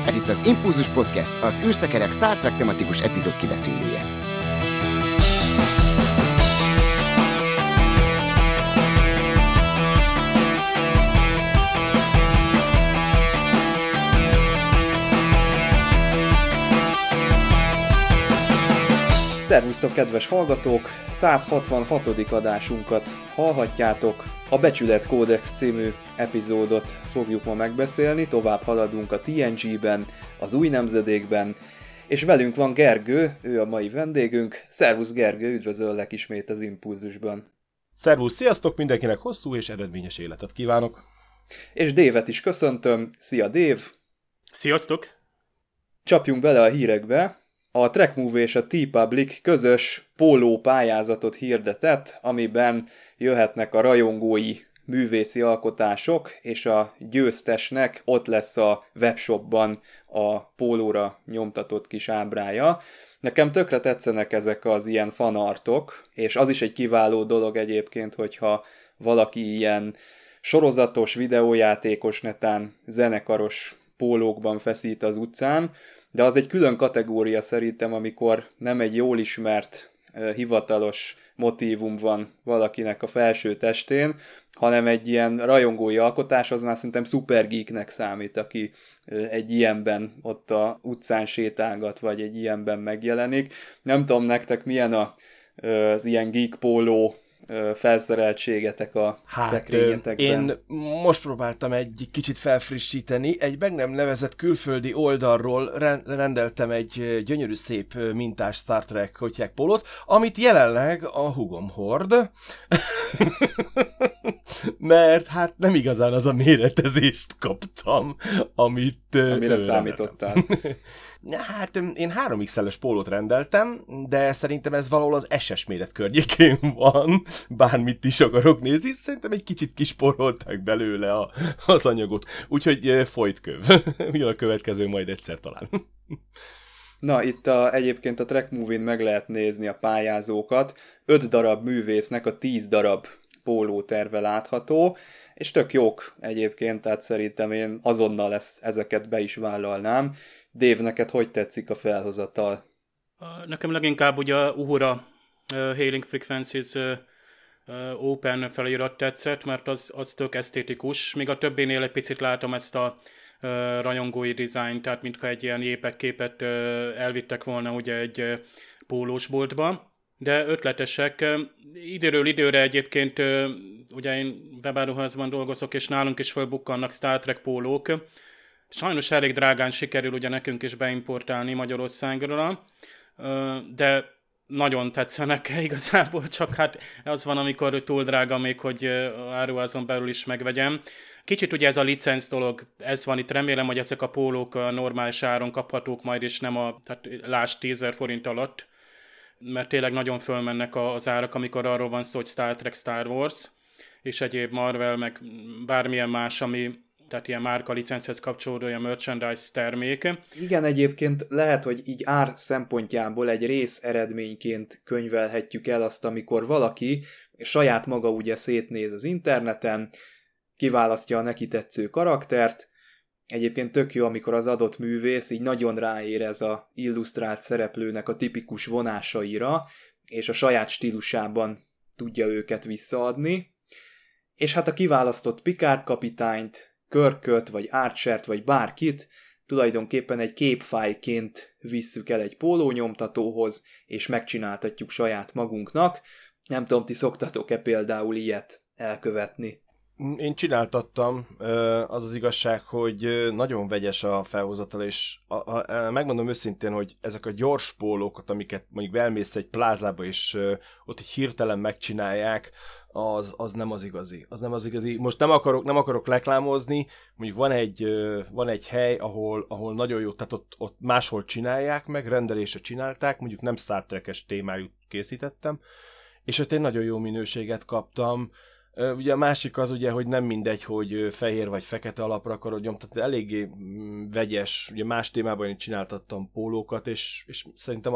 Ez itt az Impulzus Podcast, az űrszekerek Star Trek tematikus epizód kibeszélője. Szervusztok, kedves hallgatók! 166. adásunkat hallhatjátok. A Becsület Kódex című epizódot fogjuk ma megbeszélni, tovább haladunk a TNG-ben, az új nemzedékben, és velünk van Gergő, ő a mai vendégünk. Szervusz Gergő, üdvözöllek ismét az Impulzusban. Szervusz, sziasztok, mindenkinek hosszú és eredményes életet kívánok! És Dave-et is köszöntöm. Szia Dave! Sziasztok! Csapjunk bele a hírekbe. A Trekmovie és a T-Public közös póló pályázatot hirdetett, amiben jöhetnek a rajongói művészi alkotások, és a győztesnek ott lesz a webshopban a pólóra nyomtatott kis ábrája. Nekem tökre tetszenek ezek az ilyen fanartok, és az is egy kiváló dolog egyébként, hogyha valaki ilyen sorozatos, videójátékos, netán zenekaros pólókban feszít az utcán, de az egy külön kategória szerintem, amikor nem egy jól ismert, hivatalos motívum van valakinek a felső testén, hanem egy ilyen rajongói alkotás, az már szerintem szupergeeknek számít, aki egy ilyenben ott a utcán sétálgat, vagy egy ilyenben megjelenik. Nem tudom nektek milyen az ilyen geek póló felszereltségetek a szekrényetekben. Én most próbáltam egy kicsit felfrissíteni. Egy meg nem nevezett külföldi oldalról rendeltem egy gyönyörű szép mintás Star Trek kotyák pólót, amit jelenleg a húgom hord. Mert hát nem igazán az a méretezést kaptam, amire számítottál. Hát én 3XL-es pólót rendeltem, de szerintem ez valahol az SS méret környékén van, bármit is akarok nézni, szerintem egy kicsit kisporolták belőle az anyagot, úgyhogy folyt köv. Mi a következő majd egyszer talán. Na, itt egyébként a Trekmovie-n meg lehet nézni a pályázókat, 5 darab művésznek a 10 darab pólóterve látható, és tök jók egyébként, tehát szerintem én azonnal ezeket be is vállalnám. Dave, neked hogy tetszik a felhozatal? Nekem leginkább ugye a Uhura Hailing Frequencies Open felirat tetszett, mert az tök esztétikus, míg a többénél egy picit látom ezt a rajongói dizájnt, tehát mintha egy ilyen jépekképet elvittek volna ugye egy pólósboltba. De ötletesek. Időről időre egyébként, ugye én webáruházban dolgozok, és nálunk is felbukkannak Star Trek pólók. Sajnos elég drágán sikerül ugye nekünk is beimportálni Magyarországra, de nagyon tetszenek igazából, csak hát az van, amikor túl drága még, hogy áruházon belül is megvegyem. Kicsit ugye ez a licenc dolog, ez van itt, remélem, hogy ezek a pólók a normális áron kaphatók majd, és nem tehát lásd 10 000 forint alatt, mert tényleg nagyon fölmennek az árak, amikor arról van szó, hogy Star Trek, Star Wars, és egyéb Marvel, meg bármilyen más, ami, tehát ilyen márka licenchez kapcsolódó, ilyen merchandise termék. Igen, egyébként lehet, hogy így ár szempontjából egy rész eredményként könyvelhetjük el azt, amikor valaki saját maga ugye szétnéz az interneten, kiválasztja a neki tetsző karaktert. Egyébként tök jó, amikor az adott művész így nagyon ráérez a illusztrált szereplőnek a tipikus vonásaira, és a saját stílusában tudja őket visszaadni. És hát a kiválasztott Picard kapitányt, Kirköt, vagy Archert, vagy bárkit tulajdonképpen egy képfájlként visszük el egy pólónyomtatóhoz, és megcsináltatjuk saját magunknak. Nem tudom, ti szoktatok-e például ilyet elkövetni? Én csináltattam, az igazság, hogy nagyon vegyes a felhozatal, és megmondom őszintén, hogy ezek a gyors pólókat, amiket mondjuk elmész egy plázába, és ott így hirtelen megcsinálják, az nem az igazi. Az nem az igazi. Most nem akarok reklámozni, mondjuk van egy hely, ahol nagyon jó, tehát ott máshol csinálják meg, rendelésre csinálták, mondjuk nem Star Trek-es témájú készítettem, és ott egy nagyon jó minőséget kaptam. Ugye a másik az ugye, hogy nem mindegy, hogy fehér vagy fekete alapra akarod nyomtatni, eléggé vegyes, ugye más témában én csináltattam pólókat, és szerintem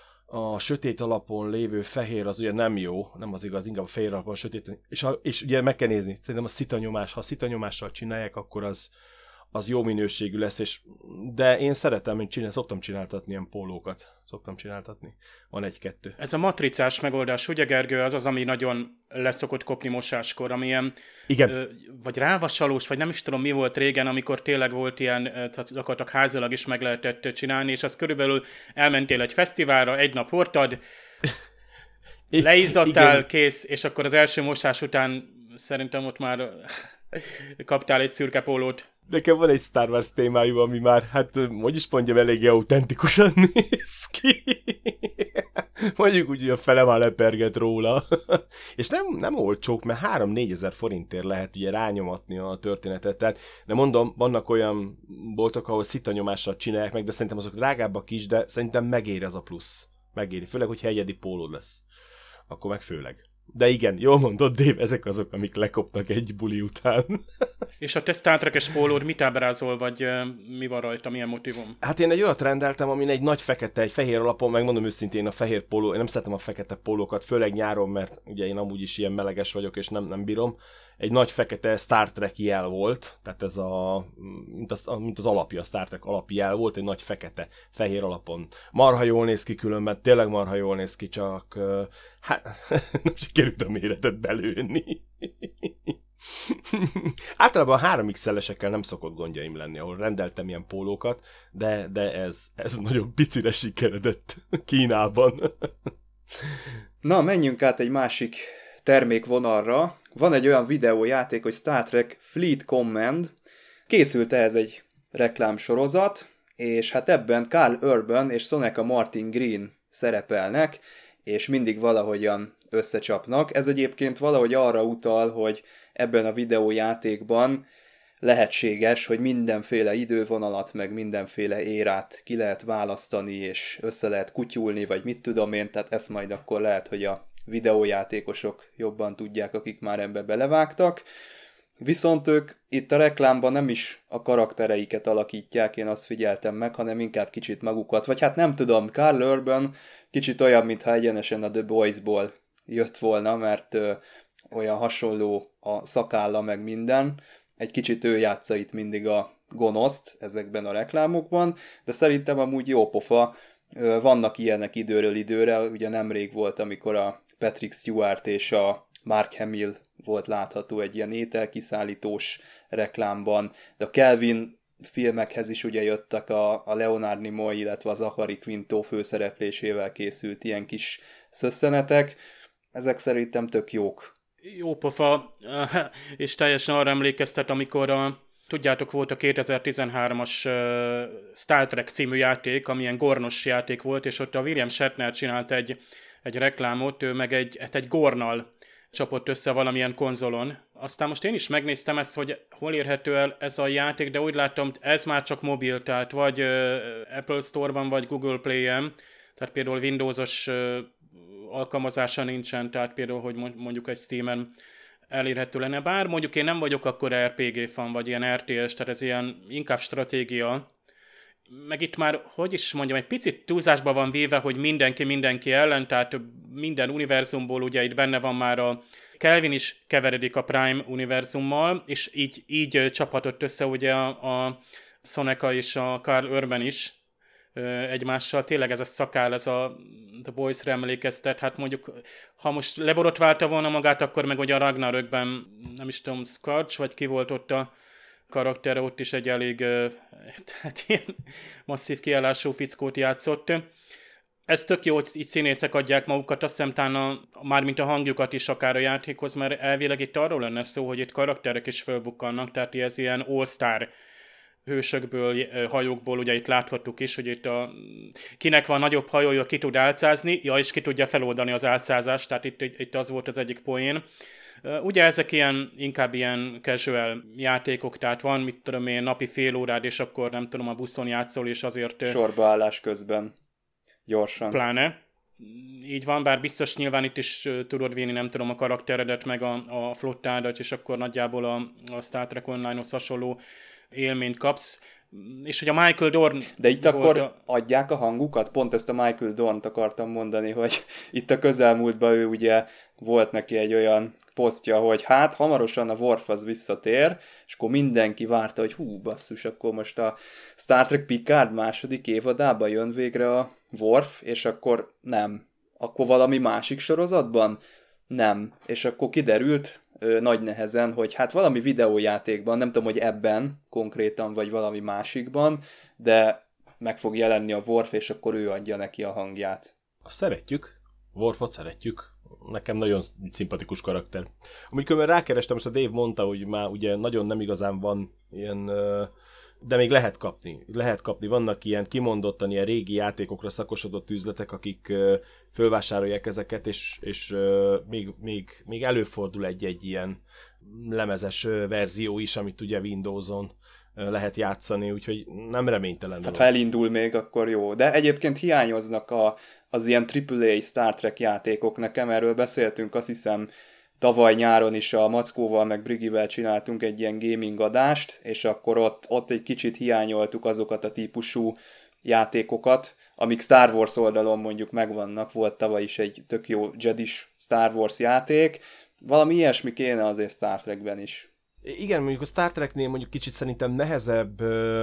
a sötét alapon lévő fehér az ugye nem jó, nem az igaz, inkább a fehér alapon sötét, és ugye meg kell nézni, szerintem a szitanyomás, ha szitanyomással csinálják, akkor az jó minőségű lesz, de én szeretem, hogy szoktam csináltatni ilyen pólókat. Van egy-kettő. Ez a matricás megoldás, ugye Gergő, az, ami nagyon leszokott kopni mosáskor, amilyen vagy rávasalós, vagy nem is tudom mi volt régen, amikor tényleg volt ilyen, tehát akartak házilag is meg lehetett csinálni, és az körülbelül elmentél egy fesztiválra, egy nap hordtad, leizzadtál, kész, és akkor az első mosás után szerintem ott már kaptál egy szürke pólót. Nekem van egy Star Wars témájú, ami már, hát, hogy is mondjam, eléggé autentikusan néz ki. Mondjuk úgy, hogy a fele már leperget róla. És nem olcsók, mert 3-4 ezer forintért lehet ugye rányomatni a történetet. Tehát, de mondom, vannak olyan boltok, ahol szitanyomással csinálják meg, de szerintem azok drágábbak is, de szerintem megéri az a plusz. Megéri, főleg, hogyha egyedi pólód lesz. Akkor meg főleg. De igen, jól mondod, Dave, ezek azok, amik lekopnak egy buli után. És a te Star Trek-es pólód mit ábrázol, vagy mi van rajta, milyen motivum? Hát én egy olyat rendeltem, amin egy nagy fekete, egy fehér alapon, megmondom őszintén, a fehér póló, én nem szeretem a fekete pólókat, főleg nyáron, mert ugye én amúgy is ilyen meleges vagyok, és nem bírom. Egy nagy fekete Star Trek jel volt, tehát ez mint az alapja, a Star Trek alapi jel volt, egy nagy fekete, fehér alapon. Marha jól néz ki különben, tényleg marha jól néz ki, csak hát nem sikerült a méretet belőni. Általában a 3XL-esekkel nem szokott gondjaim lenni, ahol rendeltem ilyen pólókat, de ez nagyon picire sikeredett Kínában. Na, menjünk át egy másik termékvonalra. Van egy olyan videójáték, hogy Star Trek Fleet Command. Készült ehhez egy reklámsorozat, és hát ebben Karl Urban és Soneca Martin Green szerepelnek, és mindig valahogyan összecsapnak. Ez egyébként valahogy arra utal, hogy ebben a videójátékban lehetséges, hogy mindenféle idővonalat, meg mindenféle érát ki lehet választani, és össze lehet kutyulni, vagy mit tudom én, tehát ezt majd akkor lehet, hogy a videójátékosok jobban tudják, akik már ebbe belevágtak. Viszont ők itt a reklámban nem is a karaktereiket alakítják, én azt figyeltem meg, hanem inkább kicsit magukat. Vagy hát nem tudom, Karl Urban kicsit olyan, mintha egyenesen a The Boys-ból jött volna, mert olyan hasonló a szakálla meg minden. Egy kicsit ő játsza itt mindig a gonoszt ezekben a reklámokban, de szerintem amúgy jó pofa. Vannak ilyenek időről időre, ugye nemrég volt, amikor a Patrick Stewart és a Mark Hamill volt látható egy ilyen ételkiszállítós reklámban, de a Kelvin filmekhez is ugye jöttek a Leonard Nimoy, illetve a Zachary Quinto főszereplésével készült ilyen kis szösszenetek. Ezek szerintem tök jók. Jó pofa, és teljesen arra emlékeztet, amikor tudjátok, volt a 2013-as Star Trek című játék, amilyen gornos játék volt, és ott a William Shatner csinált egy reklámot, ő meg egy gornal csapott össze valamilyen konzolon. Aztán most én is megnéztem ezt, hogy hol érhető el ez a játék, de úgy láttam, ez már csak mobil, tehát vagy Apple Store-ban, vagy Google Play-en, tehát például Windows-os alkalmazása nincsen, tehát például, hogy mondjuk egy Steam-en elérhető lenne. Bár mondjuk én nem vagyok akkor RPG fan, vagy ilyen RTS, tehát ez ilyen inkább stratégia. Meg itt már, hogy is mondjam, egy picit túlzásba van véve, hogy mindenki ellen, tehát minden univerzumból ugye itt benne van már a Kelvin is keveredik a Prime univerzummal, és így csaphatott össze ugye a Soneca és a Karl Urban is egymással. Tényleg ez a szakál, ez a The Boys-re emlékeztet, hát mondjuk, ha most leborotválta volna magát, akkor meg ugye a Ragnarökben, nem is tudom, Scourge, vagy ki volt ott a karaktere, ott is egy elég tehát ilyen masszív kiállású fickót játszott. Ez tök jó, hogy így színészek adják magukat, azt hiszem talán mármint a hangjukat is akár a játékhoz, mert elvileg itt arról lenne szó, hogy itt karakterek is fölbukkannak, tehát ez ilyen all-star hősökből, hajókból, ugye itt láthattuk is, hogy itt kinek van nagyobb hajója, ki tud álcázni, és ki tudja feloldani az álcázást, tehát itt az volt az egyik poén. Ugye ezek inkább ilyen casual játékok, tehát van, mit tudom én, napi fél órád, és akkor nem tudom, a buszon játszol, és azért... Sorbaállás közben. Gyorsan. Pláne. Így van, bár biztos nyilván itt is tudod vinni, nem tudom, a karakteredet, meg a flottádat, és akkor nagyjából a Star Trek Online-hoz hasonló élményt kapsz. És hogy a Michael Dorn... De itt akkor adják a hangukat? Pont ezt a Michael Dornt akartam mondani, hogy itt a közelmúltban ő ugye volt neki egy olyan posztja, hogy hát hamarosan a Worf az visszatér, és akkor mindenki várta, hogy hú, basszus, akkor most a Star Trek Picard második évadában jön végre a Worf, és akkor nem. Akkor valami másik sorozatban? Nem. És akkor kiderült nagy nehezen, hogy hát valami videójátékban, nem tudom, hogy ebben konkrétan, vagy valami másikban, de meg fog jelenni a Worf, és akkor ő adja neki a hangját. Szeretjük. Worfot szeretjük. Nekem nagyon szimpatikus karakter. Amikor rákerestem, most a Dave mondta, hogy már ugye nagyon nem igazán van ilyen, de még lehet kapni. Lehet kapni. Vannak ilyen kimondottan ilyen régi játékokra szakosodott üzletek, akik fölvásárolják ezeket, és még előfordul egy ilyen lemezes verzió is, amit ugye Windowson lehet játszani, úgyhogy nem reménytelen. Hát ha elindul még, akkor jó. De egyébként hiányoznak az ilyen AAA Star Trek játékok. Nekem erről beszéltünk, azt hiszem tavaly nyáron is a Mackóval meg Brigivel csináltunk egy ilyen gaming adást, és akkor ott egy kicsit hiányoltuk azokat a típusú játékokat, amik Star Wars oldalon mondjuk megvannak. Volt tavaly is egy tök jó Jedis Star Wars játék. Valami ilyesmi kéne azért Star Trekben is. Igen, mondjuk a Star Treknél mondjuk kicsit szerintem nehezebb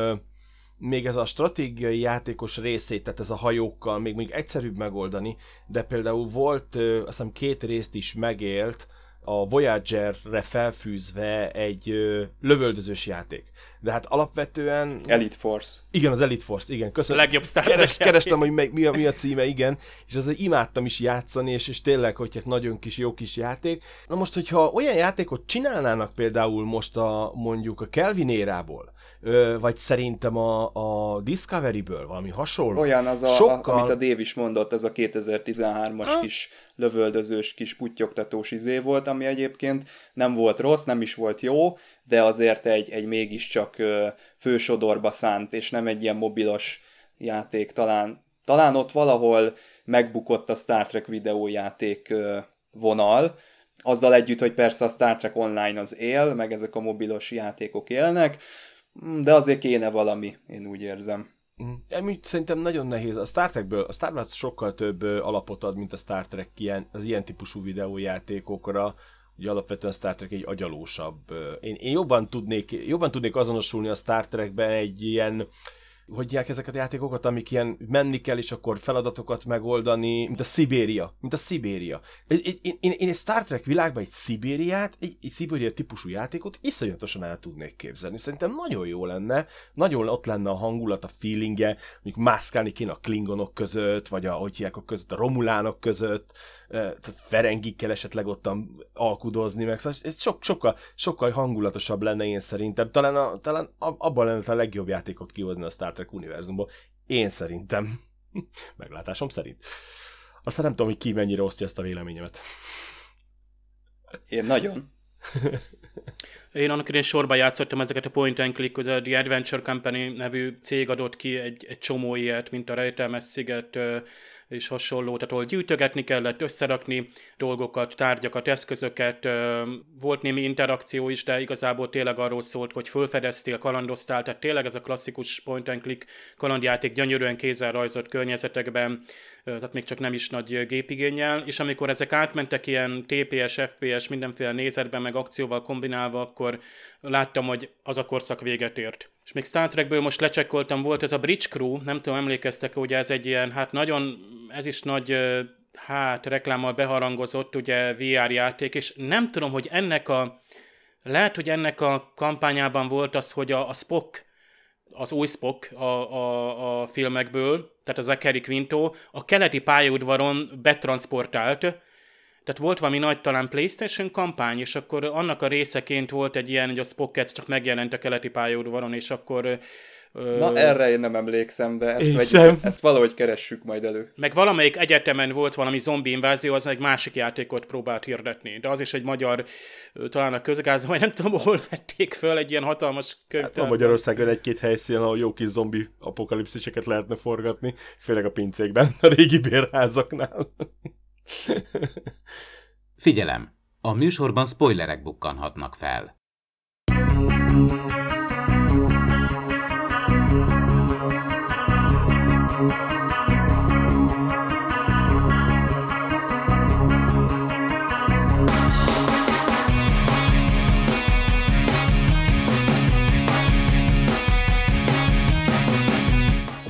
még ez a stratégiai játékos részét, tehát ez a hajókkal még mondjuk egyszerűbb megoldani, de például volt, azt hiszem 2 részt is megélt a Voyager-re felfűzve egy lövöldözős játék. De hát alapvetően... Elite Force. Igen, az Elite Force, igen. Köszönöm. A legjobb Star Trek Kerestem, hogy mi a címe, igen. És azért imádtam is játszani, és tényleg, hogy nagyon jó kis játék. Na most, hogyha olyan játékot csinálnának például most mondjuk a Kelvin érából, vagy szerintem a Discovery-ből, valami hasonló. Olyan az, amit a Dave is mondott, az a 2013-as kis lövöldözős, kis puttyogtatós izé volt, ami egyébként nem volt rossz, nem is volt jó, de azért egy mégiscsak fősodorba szánt, és nem egy ilyen mobilos játék. Talán ott valahol megbukott a Star Trek videójáték vonal, azzal együtt, hogy persze a Star Trek Online az él, meg ezek a mobilos játékok élnek, de azért kéne valami, én úgy érzem. Szerintem nagyon nehéz. A Star Trekből, a Star Wars sokkal több alapot ad, mint a Star Trek az ilyen típusú videójátékokra. Ugye alapvetően a Star Trek egy agyalósabb. Én jobban tudnék azonosulni a Star Trekben egy ilyen, hogy hívják ezeket a játékokat, amik ilyen menni kell, és akkor feladatokat megoldani, mint a Szibéria. Én egy Star Trek világban egy Szibéria típusú játékot iszonyatosan el tudnék képzelni. Szerintem nagyon jó lenne, nagyon ott lenne a hangulat, a feelingje, mondjuk mászkálni kéne a klingonok között, vagy ahogy hívják között, a romulánok között, Ferengikkel esetleg ottan alkudozni, meg szóval ez sokkal hangulatosabb lenne én szerintem. Talán abban lenne a legjobb játékot kihozni a Star Trek univerzumból. Én szerintem. Meglátásom szerint. Aztán nem tudom, hogy ki mennyire osztja ezt a véleményemet. Én nagyon. Én annak idején sorba játszottam ezeket a point and click, The Adventure Company nevű cég adott ki egy csomó ilyet, mint a Rejtelmes sziget és hasonló, tehát ahol gyűjtögetni kellett, összerakni dolgokat, tárgyakat, eszközöket, volt némi interakció is, de igazából tényleg arról szólt, hogy fölfedeztél, kalandoztál, tehát tényleg ez a klasszikus point and click kalandjáték gyönyörűen kézzel rajzolt környezetekben, tehát még csak nem is nagy gépigénnyel, és amikor ezek átmentek ilyen TPS, FPS, mindenféle nézetben, meg akcióval kombinálva, akkor láttam, hogy az a korszak véget ért. És még Star Trekből most lecsekkoltam, volt ez a Bridge Crew, nem tudom, emlékeztek, ugye ez egy ilyen, hát nagyon, ez is nagy, reklámmal beharangozott, ugye VR játék, és nem tudom, hogy lehet, hogy ennek a kampányában volt az, hogy a Spock, az új Spock a filmekből, tehát a Zachary Quinto, a keleti pályaudvaron betransportált. Tehát volt valami nagy talán PlayStation kampány, és akkor annak a részeként volt egy ilyen, hogy a Spock csak megjelent a keleti pályaudvaron, és akkor... Na, erre én nem emlékszem, de ezt valahogy keressük majd elő. Meg valamelyik egyetemen volt valami zombi invázió, az egy másik játékot próbált hirdetni, de az is egy magyar, talán a Közgázon, vagy nem tudom, hol vették föl egy ilyen hatalmas könyvtár. Hát Magyarországon egy-két helyszínen, ahol jó kis zombi apokalipsziseket lehetne forgatni, főleg a pincékben, a régi bérházaknál. Figyelem! A műsorban spoilerek bukkanhatnak fel.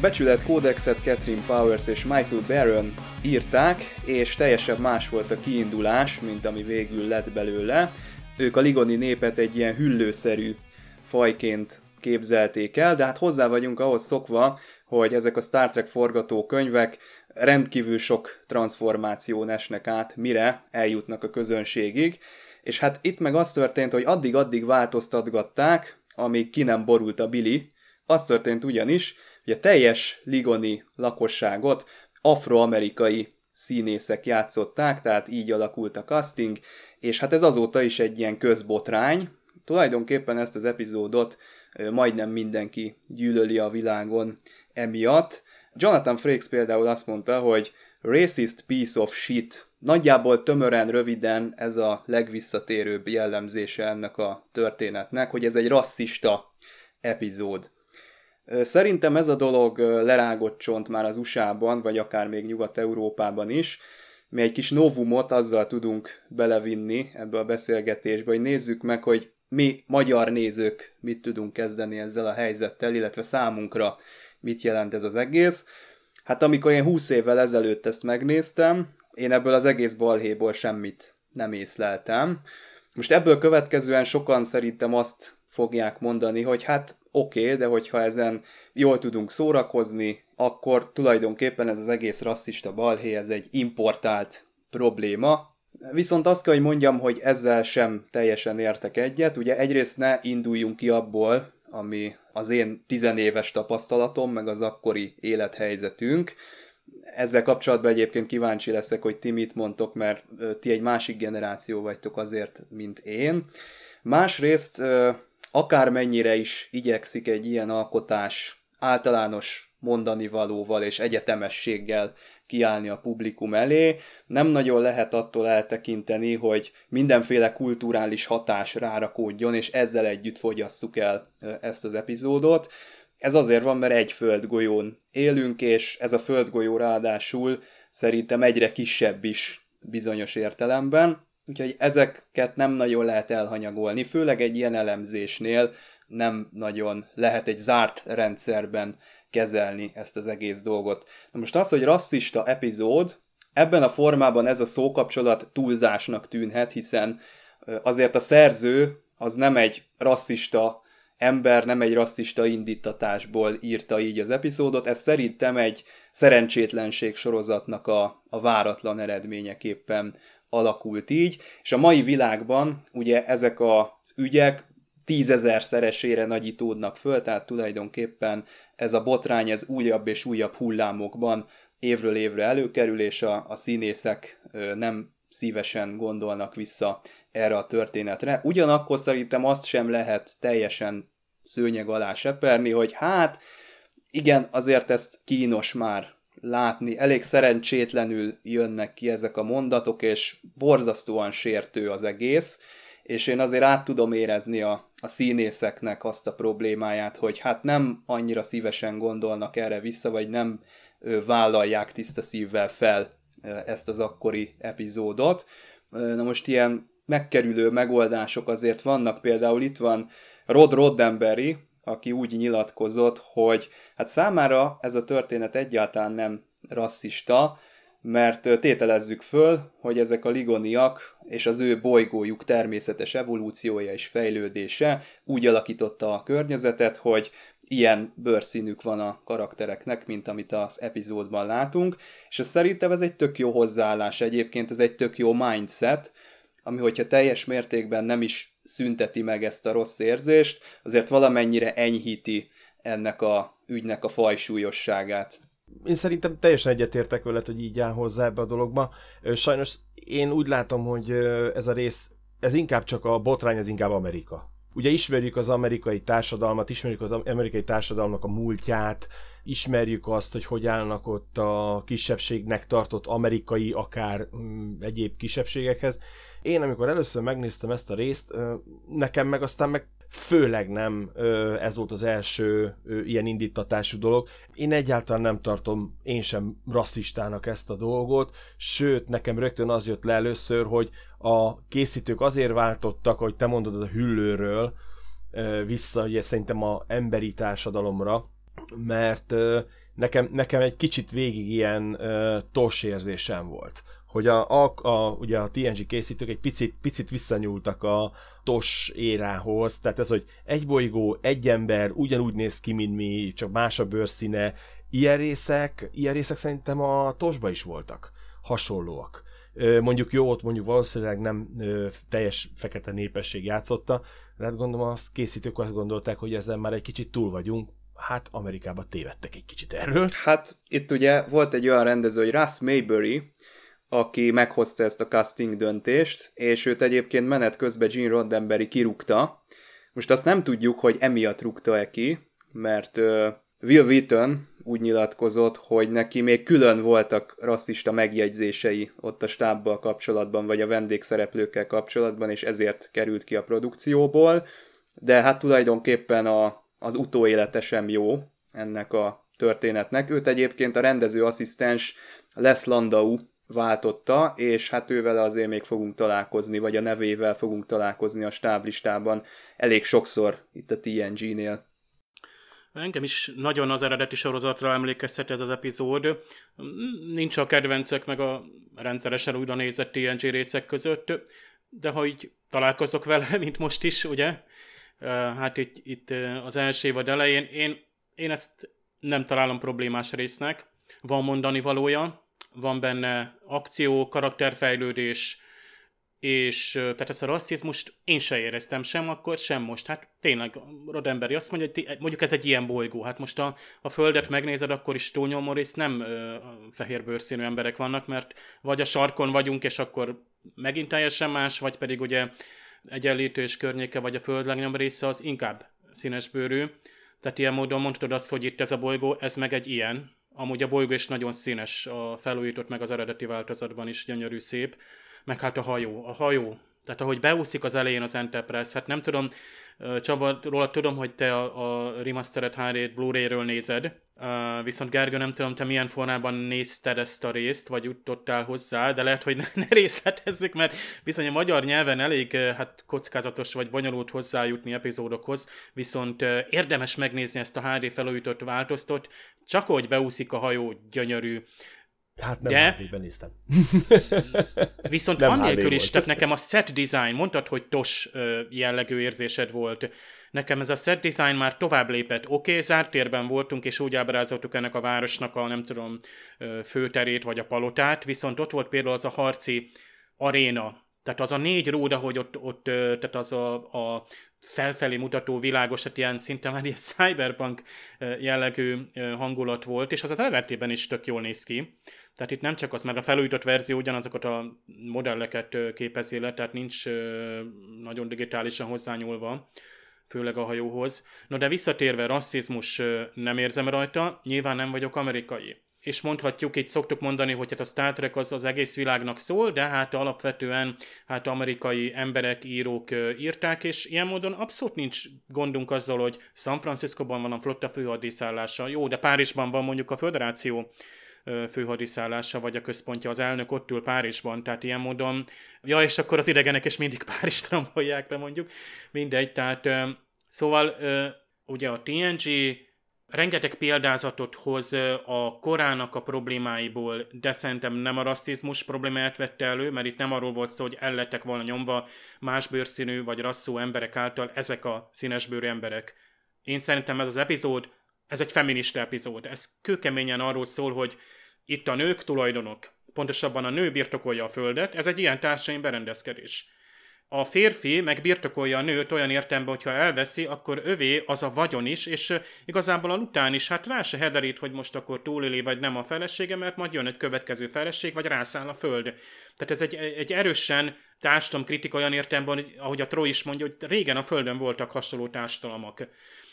becsület kódexet Catherine Powers és Michael Barron írták, és teljesen más volt a kiindulás, mint ami végül lett belőle. Ők a ligoni népet egy ilyen hüllőszerű fajként képzelték el, de hát hozzá vagyunk ahhoz szokva, hogy ezek a Star Trek forgatókönyvek rendkívül sok transformáción esnek át, mire eljutnak a közönségig, és hát itt meg az történt, hogy addig-addig változtatgatták, amíg ki nem borult a bili. Az történt ugyanis, hogy a teljes ligoni lakosságot afroamerikai színészek játszották, tehát így alakult a casting, és hát ez azóta is egy ilyen közbotrány. Tulajdonképpen ezt az epizódot majdnem mindenki gyűlöli a világon emiatt. Jonathan Frakes például azt mondta, hogy racist piece of shit. Nagyjából tömören, röviden ez a legvisszatérőbb jellemzése ennek a történetnek, hogy ez egy rasszista epizód. Szerintem ez a dolog lerágott csont már az USA-ban, vagy akár még Nyugat-Európában is. Mi egy kis novumot azzal tudunk belevinni ebbe a beszélgetésbe, hogy nézzük meg, hogy mi magyar nézők mit tudunk kezdeni ezzel a helyzettel, illetve számunkra mit jelent ez az egész. Hát amikor én 20 évvel ezelőtt ezt megnéztem, én ebből az egész balhéból semmit nem észleltem. Most ebből következően sokan szerintem azt fogják mondani, hogy hát oké, de hogyha ezen jól tudunk szórakozni, akkor tulajdonképpen ez az egész rasszista balhé, ez egy importált probléma. Viszont azt kell, hogy mondjam, hogy ezzel sem teljesen értek egyet. Ugye egyrészt ne induljunk ki abból, ami az én 10 éves tapasztalatom, meg az akkori élethelyzetünk. Ezzel kapcsolatban egyébként kíváncsi leszek, hogy ti mit mondtok, mert ti egy másik generáció vagytok azért, mint én. Másrészt akármennyire is igyekszik egy ilyen alkotás általános mondanivalóval és egyetemességgel kiállni a publikum elé, nem nagyon lehet attól eltekinteni, hogy mindenféle kulturális hatás rárakódjon, és ezzel együtt fogyasszuk el ezt az epizódot. Ez azért van, mert egy földgolyón élünk, és ez a földgolyó ráadásul szerintem egyre kisebb is bizonyos értelemben, úgyhogy ezeket nem nagyon lehet elhanyagolni, főleg egy ilyen elemzésnél nem nagyon lehet egy zárt rendszerben kezelni ezt az egész dolgot. Na most az, hogy rasszista epizód, ebben a formában ez a szókapcsolat túlzásnak tűnhet, hiszen azért a szerző az nem egy rasszista ember, nem egy rasszista indítatásból írta így az epizódot, ez szerintem egy szerencsétlenség sorozatnak a váratlan eredményeképpen alakult így, és a mai világban ugye ezek az ügyek 10 000-szeresére nagyítódnak föl, tehát tulajdonképpen ez a botrány, ez újabb és újabb hullámokban évről évre előkerül, és a színészek nem szívesen gondolnak vissza erre a történetre. Ugyanakkor szerintem azt sem lehet teljesen szőnyeg alá seperni, hogy hát igen, azért ezt kínos már látni, elég szerencsétlenül jönnek ki ezek a mondatok, és borzasztóan sértő az egész, és én azért át tudom érezni a színészeknek azt a problémáját, hogy hát nem annyira szívesen gondolnak erre vissza, vagy nem vállalják tiszta szívvel fel ezt az akkori epizódot. Na most ilyen megkerülő megoldások azért vannak, például itt van Rod Roddenberry, aki úgy nyilatkozott, hogy hát számára ez a történet egyáltalán nem rasszista, mert tételezzük föl, hogy ezek a ligoniak és az ő bolygójuk természetes evolúciója és fejlődése úgy alakította a környezetet, hogy ilyen bőrszínük van a karaktereknek, mint amit az epizódban látunk, és szerintem ez egy tök jó hozzáállás egyébként, ez egy tök jó mindset, ami hogyha teljes mértékben nem is szünteti meg ezt a rossz érzést, azért valamennyire enyhíti ennek a ügynek a fajsúlyosságát. Én szerintem teljesen egyetértek veled, hogy így áll hozzá ebbe a dologba. Sajnos én úgy látom, hogy ez a rész, ez inkább csak a botrány, ez inkább Amerika. Ugye ismerjük az amerikai társadalmat, ismerjük az amerikai társadalomnak a múltját, ismerjük azt, hogy állnak ott a kisebbségnek tartott amerikai, akár egyéb kisebbségekhez. Én amikor először megnéztem ezt a részt, nekem meg aztán meg főleg nem ez volt az első ilyen indítatású dolog. Én egyáltalán nem tartom én sem rasszistának ezt a dolgot, sőt, nekem rögtön az jött le először, hogy a készítők azért váltottak, hogy te mondod a hüllőről vissza, ugye szerintem a emberi társadalomra, mert nekem egy kicsit végig ilyen TOS érzésem volt, hogy ugye a TNG készítők egy picit visszanyúltak a TOS érához, tehát ez, hogy egy bolygó, egy ember, ugyanúgy néz ki, mint mi, csak más a bőrszíne, ilyen részek szerintem a TOS-ba is voltak, hasonlóak. Mondjuk jó, ott mondjuk valószínűleg nem teljes fekete népesség játszotta, de hát gondolom a készítők azt gondolták, hogy ezzel már egy kicsit túl vagyunk, hát Amerikában tévedtek egy kicsit erről. Hát itt ugye volt egy olyan rendező, hogy Russ Maybury, aki meghozta ezt a casting döntést, és őt egyébként menet közben Gene Roddenberry kirúgta. Most azt nem tudjuk, hogy emiatt rúgta-e ki, mert Will Wheaton úgy nyilatkozott, hogy neki még külön voltak rasszista megjegyzései ott a stábbal kapcsolatban, vagy a vendégszereplőkkel kapcsolatban, és ezért került ki a produkcióból, de hát tulajdonképpen az utóélete sem jó ennek a történetnek. Őt egyébként a rendezőasszisztens Les Landau váltotta, és hát ővel azért még fogunk találkozni, vagy a nevével fogunk találkozni a stáblistában elég sokszor itt a TNG-nél. Engem is nagyon az eredeti sorozatra emlékeztet ez az epizód. Nincs a kedvencek meg a rendszeresen újra nézett TNG részek között, de ha így találkozok vele, mint most is, ugye? Hát itt az első évad elején én ezt nem találom problémás résznek. Van mondani valója, van benne akció, karakterfejlődés, és tehát ezt a rasszizmust én se éreztem sem akkor, sem most. Hát tényleg Roddenberry azt mondja, hogy mondjuk ez egy ilyen bolygó. Hát most a Földet megnézed, akkor is túlnyomó rész nem fehér bőrszínű emberek vannak, mert vagy a sarkon vagyunk, és akkor megint teljesen más, vagy pedig ugye Egyenlítő és környéke, vagy a Föld legnagyobb része az inkább színesbőrű. Tehát ilyen módon mondtad azt, hogy itt ez a bolygó, ez meg egy ilyen. Amúgy a bolygó is nagyon színes, a felújított meg az eredeti változatban is gyönyörű, szép. Meg hát a hajó. Tehát ahogy beúszik az elején az Enterprise, hát nem tudom, Csaba, róla tudom, hogy te a remastered HD-t Blu-ray-ről nézed, viszont Gergő, nem tudom, te milyen formában nézted ezt a részt, vagy jutottál hozzá, de lehet, hogy ne részletezzük, mert bizony a magyar nyelven elég kockázatos vagy bonyolult hozzájutni epizódokhoz, viszont érdemes megnézni ezt a HD felújított változtat, csak ahogy beúszik a hajó, gyönyörű. Hát nem HD-ben néztem. Viszont annélkül is, tehát nekem a set design, mondtad, hogy TOS jellegű érzésed volt. Nekem ez a set design már tovább lépett. Oké, zárt térben voltunk, és úgy ábrázoltuk ennek a városnak a, nem tudom, főterét, vagy a palotát, viszont ott volt például az a harci aréna. Tehát az a 4 ród, ahogy ott tehát az a felfelé mutató világos, tehát ilyen szinte már ilyen cyberpunk jellegű hangulat volt, és az a eredetében is tök jól néz ki. Tehát itt nem csak az, mert a felújított verzió ugyanazokat a modelleket képezi le, tehát nincs nagyon digitálisan hozzányúlva, főleg a hajóhoz. No, de visszatérve, rasszizmus nem érzem rajta, nyilván nem vagyok amerikai. És mondhatjuk, így szoktuk mondani, hogy hát a Star Trek az egész világnak szól, de hát alapvetően hát amerikai emberek, írók írták, és ilyen módon abszolút nincs gondunk azzal, hogy San Franciscóban van a flotta főhadiszállása. Jó, de Párizsban van mondjuk a Föderáció főhadiszállása, vagy a központja, az elnök ott ül Párizsban, tehát ilyen módon, ja, és akkor az idegenek is mindig Párizst rombolják le, mondjuk, mindegy, tehát szóval ugye a TNG rengeteg példázatot hoz a korának a problémáiból, de szerintem nem a rasszizmus problémáját vette elő, mert itt nem arról volt szó, hogy el lettek volna nyomva más bőrszínű vagy rasszú emberek által ezek a színesbőrű emberek. Én szerintem ez az epizód, ez egy feminista epizód. Ez kőkeményen arról szól, hogy itt a nők tulajdonok, pontosabban a nő birtokolja a földet, ez egy ilyen társadalmi berendezkedés. A férfi meg birtokolja a nőt olyan értelemben, hogyha elveszi, akkor övé az a vagyon is, és igazából a után is, hát rá se hederít, hogy most akkor túléli vagy nem a felesége, mert majd jön egy következő feleség, vagy rászáll a föld. Tehát ez egy erősen társadalomkritika olyan értelemben, ahogy a Troy is mondja, hogy régen a földön voltak hasonló társadalmak.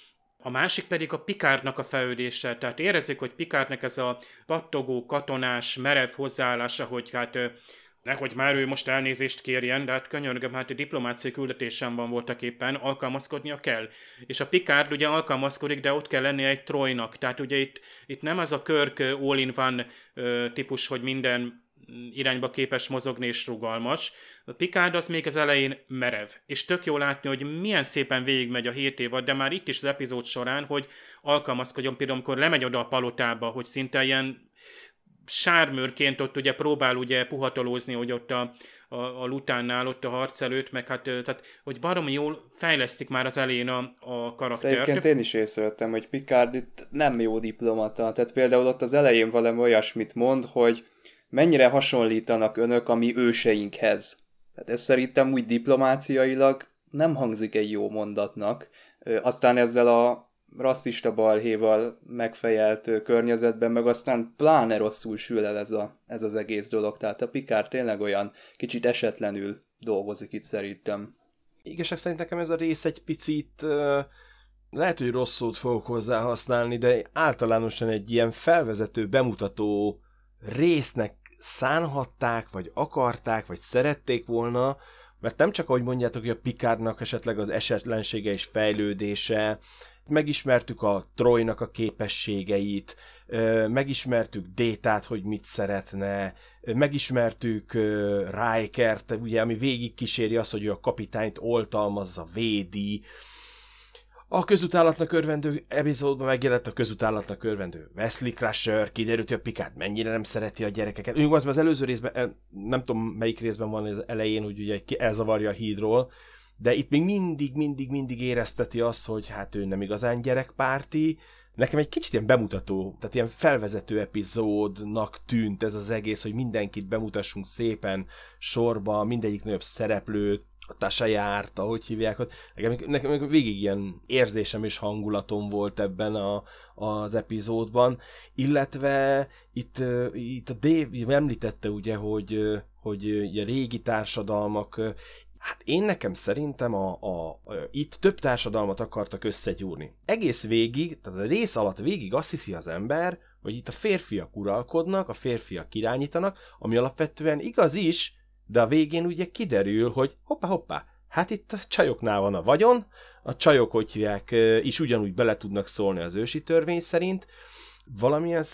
A másik pedig a Picardnak a fejlődése, tehát érezzük, hogy Picardnak ez a pattogó, katonás, merev hozzáállása, hogy hát nehogy már ő most elnézést kérjen, de hát könyörgöm, hát a diplomáciai küldetésen van voltak éppen, alkalmazkodnia kell. És a Picard ugye alkalmazkodik, de ott kell lennie egy Troynak, tehát ugye itt nem az a Kirk all-in-one típus, hogy minden irányba képes mozogni és rugalmas. A Picard az még az elején merev, és tök jó látni, hogy milyen szépen végigmegy a 7 évad, de már itt is az epizód során, hogy alkalmazkodjon, például amikor lemegy oda a palotába, hogy szinte ilyen sármőrként ott ugye próbál ugye puhatolózni, hogy ott a lutánnál, ott a harc előtt, meg hát, tehát, hogy baromi jól fejlesztik már az elején a karaktert. Egyébként én is észrevettem, hogy Picard itt nem jó diplomata, tehát például ott az elején valami olyasmit mond, hogy mennyire hasonlítanak önök a mi őseinkhez. Tehát ez szerintem úgy diplomáciailag nem hangzik egy jó mondatnak. Aztán ezzel a rasszista balhéval megfejelt környezetben, meg aztán pláne rosszul sül el ez az egész dolog. Tehát a Picard tényleg olyan kicsit esetlenül dolgozik itt szerintem. Igazság szerint nekem ez a rész egy picit, lehet, hogy rossz szót fogok hozzá használni, de általánosan egy ilyen felvezető, bemutató résznek szánhatták, vagy akarták, vagy szerették volna, mert nem csak ahogy mondjátok, hogy a Picardnak esetleg az esetlensége és fejlődése, megismertük a Troynak a képességeit, megismertük Détát, hogy mit szeretne, megismertük Rikert, ugye, ami végig kíséri azt, hogy ő a kapitányt oltalmazza, védi. A közútálatnak örvendő epizódban megjelent a közútálatnak örvendő Wesley Crusher, kiderült, hogy a Picard mennyire nem szereti a gyerekeket. Úgy az előző részben, nem tudom melyik részben van az elején, hogy ugye elzavarja a hídról, de itt még mindig érezteti azt, hogy hát ő nem igazán gyerekpárti. Nekem egy kicsit ilyen bemutató, tehát ilyen felvezető epizódnak tűnt ez az egész, hogy mindenkit bemutassunk szépen sorba, mindegyik nagyobb szereplőt, a Tasha Yar, ahogy hívják ott. Nekem végig ilyen érzésem és hangulatom volt ebben az epizódban, illetve itt a Dave említette ugye, hogy a régi társadalmak, hát én nekem szerintem itt több társadalmat akartak összegyúrni. Egész végig, tehát a rész alatt végig azt hiszi az ember, hogy itt a férfiak uralkodnak, a férfiak irányítanak, ami alapvetően igaz is, de a végén ugye kiderül, hogy hoppá, hát itt a csajoknál van a vagyon, a csajok, hogy hívják, is ugyanúgy bele tudnak szólni az ősi törvény szerint, valamilyen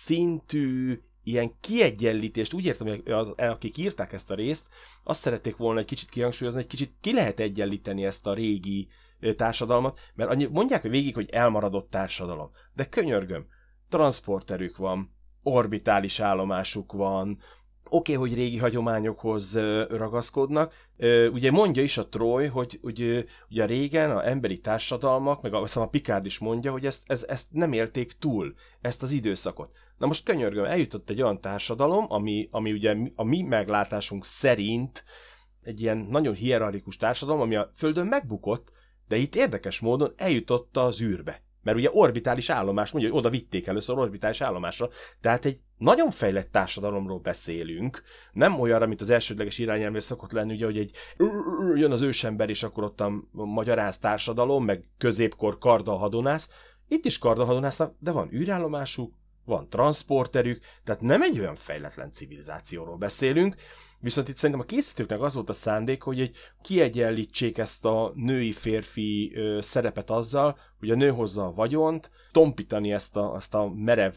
szintű ilyen kiegyenlítést, úgy értem, hogy akik írták ezt a részt, azt szerették volna egy kicsit kihangsúlyozni, egy kicsit ki lehet egyenlíteni ezt a régi társadalmat, mert mondják végig, hogy elmaradott társadalom. De könyörgöm, transporterük van, orbitális állomásuk van, oké, hogy régi hagyományokhoz ragaszkodnak. Ugye mondja is a Troy, hogy ugye régen a emberi társadalmak, meg a Picard is mondja, hogy ezt nem élték túl, ezt az időszakot. Na most könyörgöm, eljutott egy olyan társadalom, ami ugye a mi meglátásunk szerint egy ilyen nagyon hierarchikus társadalom, ami a Földön megbukott, de itt érdekes módon eljutott az űrbe. Mert ugye orbitális állomás, mondja, hogy oda vitték először orbitális állomásra, tehát egy nagyon fejlett társadalomról beszélünk, nem olyanra, mint az elsődleges irányelvnél szokott lenni, ugye, hogy jön az ősember, és akkor ott a magyaráz társadalom, meg középkor kardalhadonász, itt is kardalhadonásznak, de van űrállomásuk, van transporterük, tehát nem egy olyan fejletlen civilizációról beszélünk, viszont itt szerintem a készítőknek az volt a szándék, hogy kiegyenlítsék ezt a női-férfi szerepet azzal, hogy a nő hozza a vagyont, tompítani ezt a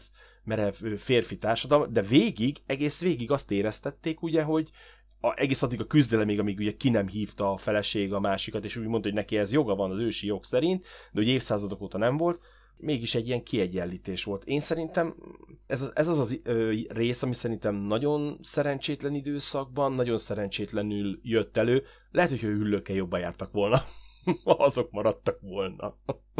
merev férfi társadalmat, de egész végig azt éreztették, ugye, hogy egész addig a küzdelemig, amíg ugye ki nem hívta a feleség a másikat, és úgy mondta, hogy neki ez joga van az ősi jog szerint, de ugye évszázadok óta nem volt, mégis egy ilyen kiegyenlítés volt. Én szerintem ez az rész, ami szerintem nagyon szerencsétlen időszakban, nagyon szerencsétlenül jött elő. Lehet, hogy a hüllőkkel jobban jártak volna. Azok maradtak volna.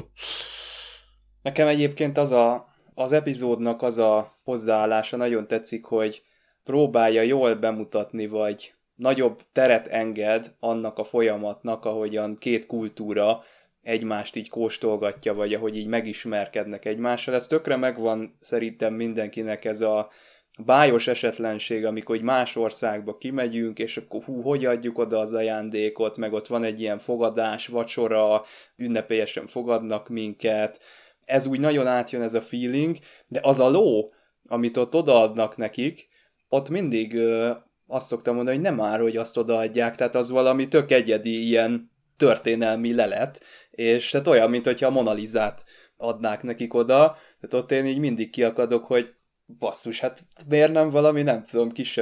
Nekem egyébként az epizódnak az a hozzáállása nagyon tetszik, hogy próbálja jól bemutatni, vagy nagyobb teret enged annak a folyamatnak, ahogyan két kultúra egymást így kóstolgatja, vagy ahogy így megismerkednek egymással. Ez tökre megvan szerintem mindenkinek ez a bájos esetlenség, amikor így más országba kimegyünk, és akkor hogy adjuk oda az ajándékot, meg ott van egy ilyen fogadás, vacsora, ünnepélyesen fogadnak minket. Ez úgy nagyon átjön ez a feeling, de az a ló, amit ott odaadnak nekik, ott mindig azt szoktam mondani, hogy nem áll, hogy azt odaadják, tehát az valami tök egyedi ilyen történelmi lelet, és tehát olyan, mint hogyha a Mona Lisát adnák nekik oda, tehát ott én így mindig kiakadok, hogy basszus, hát miért nem valami, nem tudom, kisebb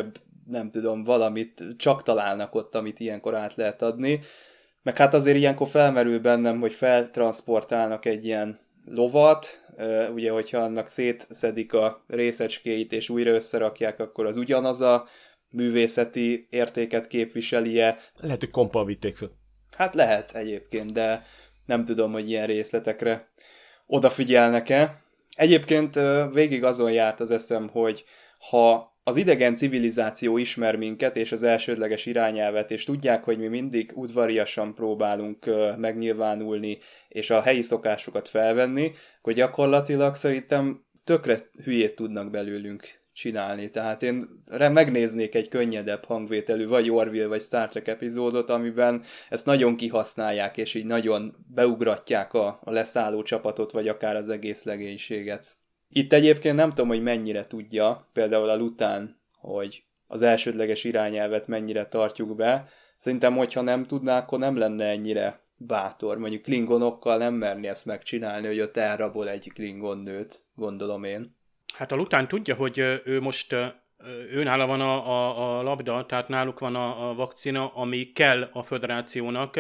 nem tudom, valamit csak találnak ott, amit ilyenkor át lehet adni. Meg hát azért ilyenkor felmerül bennem, hogy feltransportálnak egy ilyen lovat, ugye, hogyha annak szétszedik a részecskéit és újra összerakják, akkor az ugyanaz a művészeti értéket képviseli-e. Lehet, hogy kompal vitték föl. Hát lehet egyébként, de nem tudom, hogy ilyen részletekre odafigyelnek-e. Egyébként végig azon járt az eszem, hogy ha az idegen civilizáció ismer minket, és az elsődleges irányelvet, és tudják, hogy mi mindig udvariasan próbálunk megnyilvánulni, és a helyi szokásokat felvenni, akkor gyakorlatilag szerintem tökre hülyét tudnak belőlünk csinálni. Tehát én megnéznék egy könnyedebb hangvételű, vagy Orville, vagy Star Trek epizódot, amiben ezt nagyon kihasználják, és így nagyon beugratják a leszálló csapatot, vagy akár az egész legénységet. Itt egyébként nem tudom, hogy mennyire tudja, például a Lután, hogy az elsődleges irányelvet mennyire tartjuk be. Szerintem, hogyha nem tudná, akkor nem lenne ennyire bátor. Mondjuk klingonokkal nem merni ezt megcsinálni, hogy ott elrabol egy klingon nőt, gondolom én. Hát a Lután tudja, hogy ő most őnála van a labda, tehát náluk van a vakcina, ami kell a föderációnak,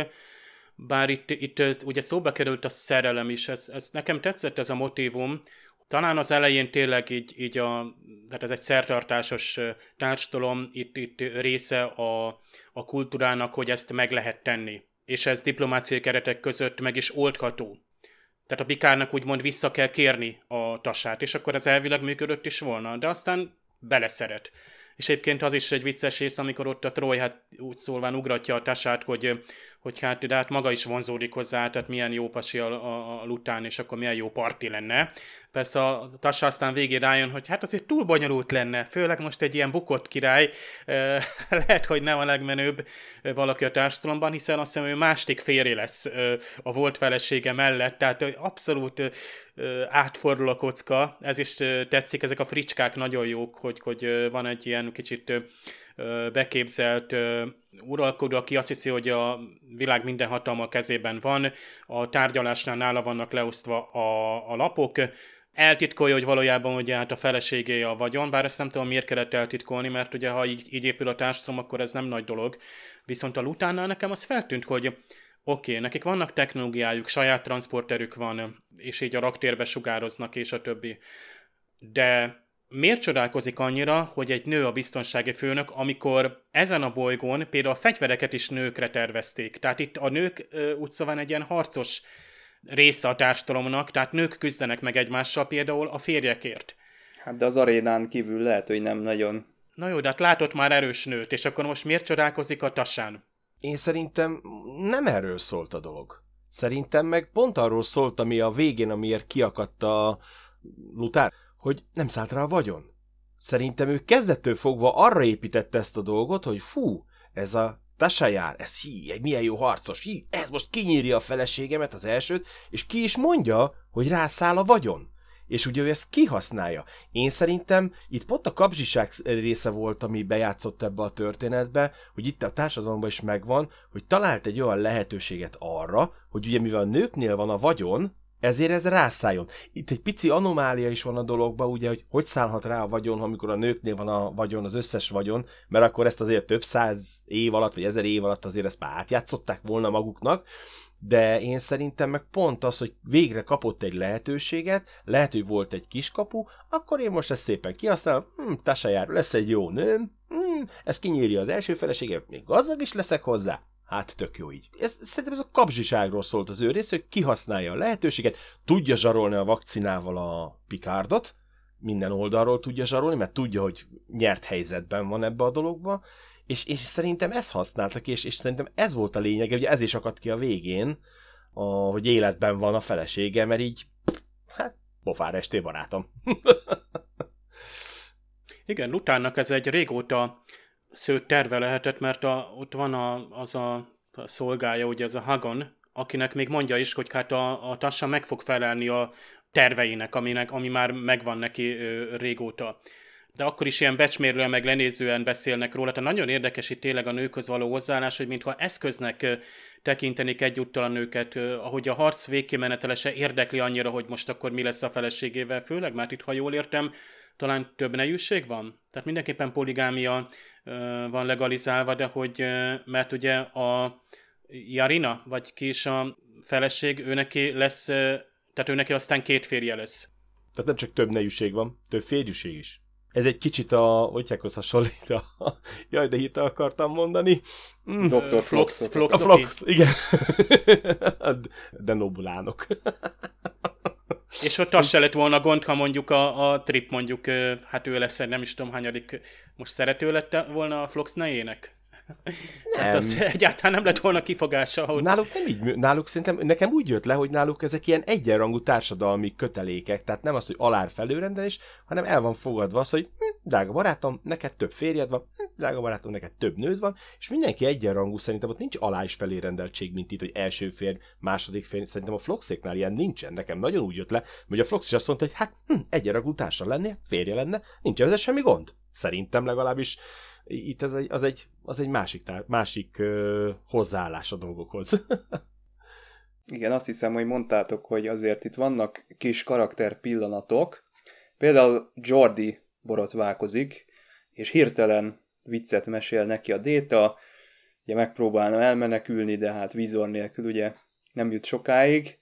bár itt ugye szóba került a szerelem is, ez nekem tetszett ez a motívum. Talán az elején tényleg tehát ez egy szertartásos társadalom, itt része a kultúrának, hogy ezt meg lehet tenni. És ez diplomáciai keretek között meg is oldható. Tehát a Picardnak úgymond vissza kell kérni a tasát, és akkor ez elvileg működött is volna, de aztán beleszeret. És egyébként az is egy vicces rész, amikor ott a Troy hát úgy szólván ugratja a tasát, hogy hát maga is vonzódik hozzá, tehát milyen jó pasi a Lután, és akkor milyen jó parti lenne. Persze a Tasha aztán végén rájön, hogy hát azért túl bonyolult lenne, főleg most egy ilyen bukott király, lehet, hogy nem a legmenőbb valaki a társadalomban, hiszen azt hiszem, ő másik férje lesz a volt felesége mellett, tehát abszolút átfordul a kocka, ez is tetszik, ezek a fricskák nagyon jók, hogy van egy ilyen kicsit beképzelt uralkodó, aki azt hiszi, hogy a világ minden hatalma a kezében van, a tárgyalásnál nála vannak leosztva a lapok, eltitkolja, hogy valójában ugye hát a feleségé a vagyon, bár ezt nem tudom, miért kellett eltitkolni, mert ugye ha így épül a társadalom, akkor ez nem nagy dolog. Viszont a Lutánnál nekem az feltűnt, hogy oké, nekik vannak technológiájuk, saját transporterük van, és így a raktérbe sugároznak, és a többi. De miért csodálkozik annyira, hogy egy nő a biztonsági főnök, amikor ezen a bolygón például a fegyvereket is nőkre tervezték. Tehát itt a nők úgy szóval egy ilyen harcos része a társadalomnak, tehát nők küzdenek meg egymással például a férjekért. Hát de az arénán kívül lehet, hogy nem nagyon. Na jó, de hát látott már erős nőt, és akkor most miért csodálkozik a Tasán? Én szerintem nem erről szólt a dolog. Szerintem meg pont arról szólt, ami a végén, amiért kiakadt a Lután, hogy nem szállt rá a vagyon. Szerintem ő kezdettől fogva arra építette ezt a dolgot, hogy fú, ez a Tasha jár, ez egy milyen jó harcos, ez most kinyírja a feleségemet, az elsőt, és ki is mondja, hogy rászáll a vagyon. És ugye ő ezt kihasználja. Én szerintem itt pont a kapzsiság része volt, ami bejátszott ebbe a történetbe, hogy itt a társadalomban is megvan, hogy talált egy olyan lehetőséget arra, hogy ugye mivel a nőknél van a vagyon, ezért ez rászálljon. Itt egy pici anomália is van a dologban, ugye, hogy szállhat rá a vagyon, amikor a nőknél van a vagyon, az összes vagyon, mert akkor ezt azért több 100 év alatt, vagy 1000 év alatt azért ezt már átjátszották volna maguknak, de én szerintem meg pont az, hogy végre kapott egy lehetőséget, lehet, hogy volt egy kiskapu, akkor én most ezt szépen kihasználom, Tasha jár, lesz egy jó nőm, ez kinyírja az első feleséget, még gazdag is leszek hozzá. Hát tök jó így. Szerintem ez a kapzsiságról szólt az ő rész, hogy kihasználja a lehetőséget, tudja zsarolni a vakcinával a Picardot, minden oldalról tudja zsarolni, mert tudja, hogy nyert helyzetben van ebbe a dologba, és szerintem ezt használtak, és szerintem ez volt a lényege, ugye ez is akadt ki a végén, hogy életben van a felesége, mert így, pofára estél, barátom. Igen, Lutánnak ez egy régóta szőtt terve lehetett, mert ott van az a szolgája, ugye ez a Hagon, akinek még mondja is, hogy hát a Tasha meg fog felelni a terveinek, ami már megvan neki régóta. De akkor is ilyen becsmérlően meg lenézően beszélnek róla. Tehát nagyon érdekes itt tényleg a nőkhöz való hozzáállás, hogy mintha eszköznek tekintenék egyúttal a nőket, ahogy a harc végkimenetele se érdekli annyira, hogy most akkor mi lesz a feleségével, főleg, mert itt, ha jól értem, talán több nejűség van? Tehát mindenképpen poligámia van legalizálva, de hogy, mert ugye a Jarina, vagy ki is a feleség, őneki lesz, tehát őneki aztán 2 férje lesz. Tehát nem csak több nejűség van, több férjűség is. Ez egy kicsit Otyákhoz hasonlít Jaj, de itt akartam mondani. Dr. Flox. A Flox, igen. De nobulánok. És ott az se lett volna gond, ha mondjuk a Trip mondjuk, hát ő lesz, nem is tudom hányadik, most szerető lett volna a Flox nejének? Tehát az egyáltalán nem lett volna kifogása. Hogy... Náluk nem így, náluk szerintem, nekem úgy jött le, hogy náluk ezek ilyen egyenrangú társadalmi kötelékek, tehát nem az, hogy alár felőrendelés, hanem el van fogadva az, hogy drága barátom, neked több férjed van, drága barátom, neked több nőd van, és mindenki egyenrangú, szerintem ott nincs alá is felérendeltség, mint itt, hogy első férj, második férj, szerintem a Floxéknál ilyen nincsen, nekem nagyon úgy jött le, hogy a Flox is azt mondta, hogy hát egyenrangú társa lenne, férje lenne, nincs ezzel semmi gond. Szerintem legalábbis itt az egy másik hozzáállás a dolgokhoz. Igen, azt hiszem, hogy mondtátok, hogy azért itt vannak kis karakter pillanatok. Például Jordi borotválkozik, és hirtelen viccet mesél neki a Déta, ugye megpróbálna elmenekülni, de hát vízor nélkül ugye nem jut sokáig,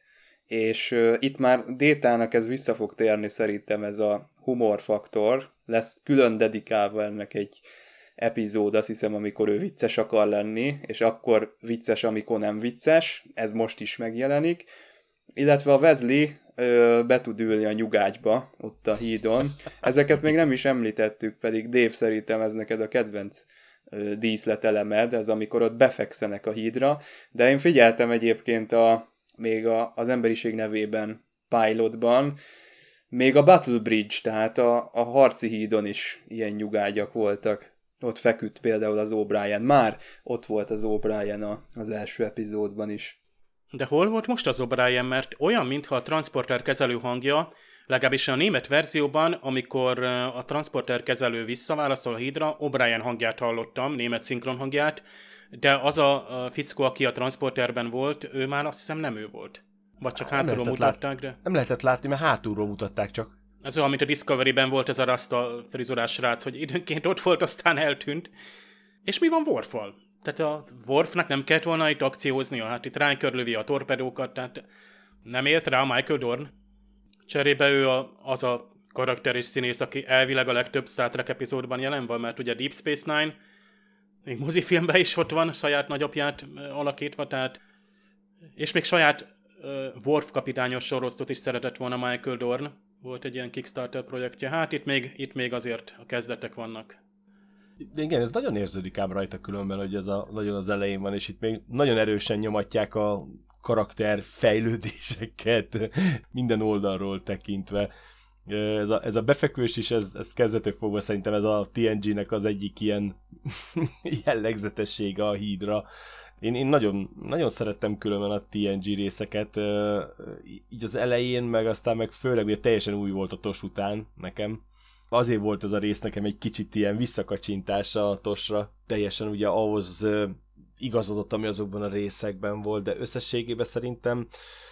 és itt már Détának ez vissza fog térni szerintem ez a humorfaktor, lesz külön dedikálva ennek egy epizód, azt hiszem, amikor ő vicces akar lenni, és akkor vicces, amikor nem vicces, ez most is megjelenik, illetve a Wesley be tud ülni a nyugágyba, ott a hídon. Ezeket még nem is említettük, pedig Dave, szerintem ez neked a kedvenc díszletelemed, ez amikor ott befekszenek a hídra, de én figyeltem egyébként még az emberiség nevében pilotban, még a Battle Bridge, tehát a harci hídon is ilyen nyugágyak voltak. Ott feküdt például az O'Brien. Már ott volt az O'Brien az első epizódban is. De hol volt most az O'Brien? Mert olyan, mintha a transporter kezelő hangja, legalábbis a német verzióban, amikor a transporter kezelő visszaválaszol a hídra, O'Brien hangját hallottam, német szinkron hangját, de az a fickó, aki a transporterben volt, ő már azt hiszem nem ő volt. Vagy csak hátulról mutatták, de... Nem lehetett látni, mert hátulról mutatták csak. Ez olyan, mint a Discovery-ben volt ez a rasta frizurás srác, hogy időnként ott volt, aztán eltűnt. És mi van Worf-val? Tehát a Worfnak nem kellett volna itt akcióznia, hát itt ránykörlövi a torpedókat, tehát nem ért rá a Michael Dorn. Cserébe ő az a karakter és színész, aki elvileg a legtöbb Star Trek epizódban jelen van, mert ugye Deep Space Nine, még mozifilmben is ott van, saját nagyapját alakítva, tehát és még saját Worf kapitányos sorosztot is szeretett volna Michael Dorn. Volt egy ilyen Kickstarter projektje. Hát itt még azért a kezdetek vannak. De igen, ez nagyon érződik ám rajta különben, hogy ez nagyon az elején van, és itt még nagyon erősen nyomatják a karakter fejlődéseket minden oldalról tekintve. Ez a befekvés is, ez kezdetől fogva szerintem ez a TNG-nek az egyik ilyen jellegzetessége a hídra. Én nagyon, nagyon szerettem különben a TNG részeket, így az elején, meg aztán meg főleg ugye teljesen új volt a TOS után nekem. Azért volt ez a rész nekem egy kicsit ilyen visszakacsintása a TOS-ra. Teljesen ugye ahhoz igazodott, ami azokban a részekben volt, de összességében szerintem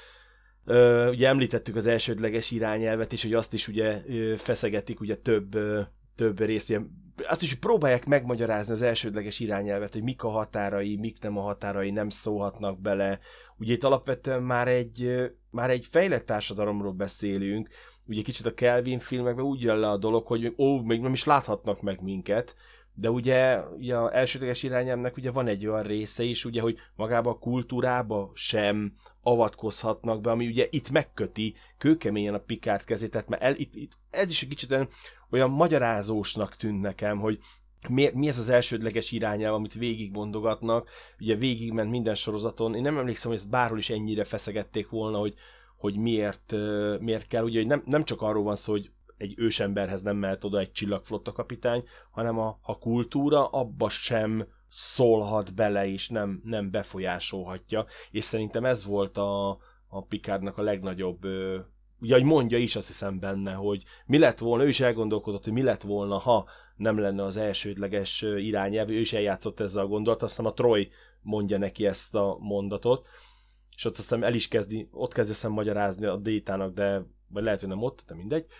ugye említettük az elsődleges irányelvet is, hogy azt is ugye feszegetik ugye több rész, ilyen, azt is, hogy próbálják megmagyarázni az elsődleges irányelvet, hogy mik a határai, mik nem a határai, nem szólhatnak bele. Ugye itt alapvetően már egy fejlett társadalomról beszélünk, ugye kicsit a Kelvin filmekben úgy jön le a dolog, hogy még nem is láthatnak meg minket, de ugye az elsődleges irányelvnek ugye van egy olyan része is, ugye, hogy magába a kultúrába sem avatkozhatnak be, ami ugye itt megköti kőkeményen a Picard kezét, tehát mert ez is egy kicsit olyan magyarázósnak tűnt nekem, hogy mi ez az elsődleges irányelv, amit végigmondogatnak, ugye végigment minden sorozaton, én nem emlékszem, hogy ezt bárhol is ennyire feszegették volna, hogy miért kell, ugye hogy nem csak arról van szó, hogy egy ősemberhez nem mehet oda egy csillagflotta kapitány, hanem a kultúra abba sem szólhat bele, és nem befolyásolhatja, és szerintem ez volt a Picardnak a legnagyobb, ugye, hogy mondja is, azt hiszem benne, hogy mi lett volna, ő is elgondolkodott, hogy mi lett volna, ha nem lenne az elsődleges irányelv, ő is eljátszott ezzel a gondolat, aztán a Troy mondja neki ezt a mondatot, és ott aztán ott kezd magyarázni a Détának, de vagy lehet, hogy nem ott, de mindegy,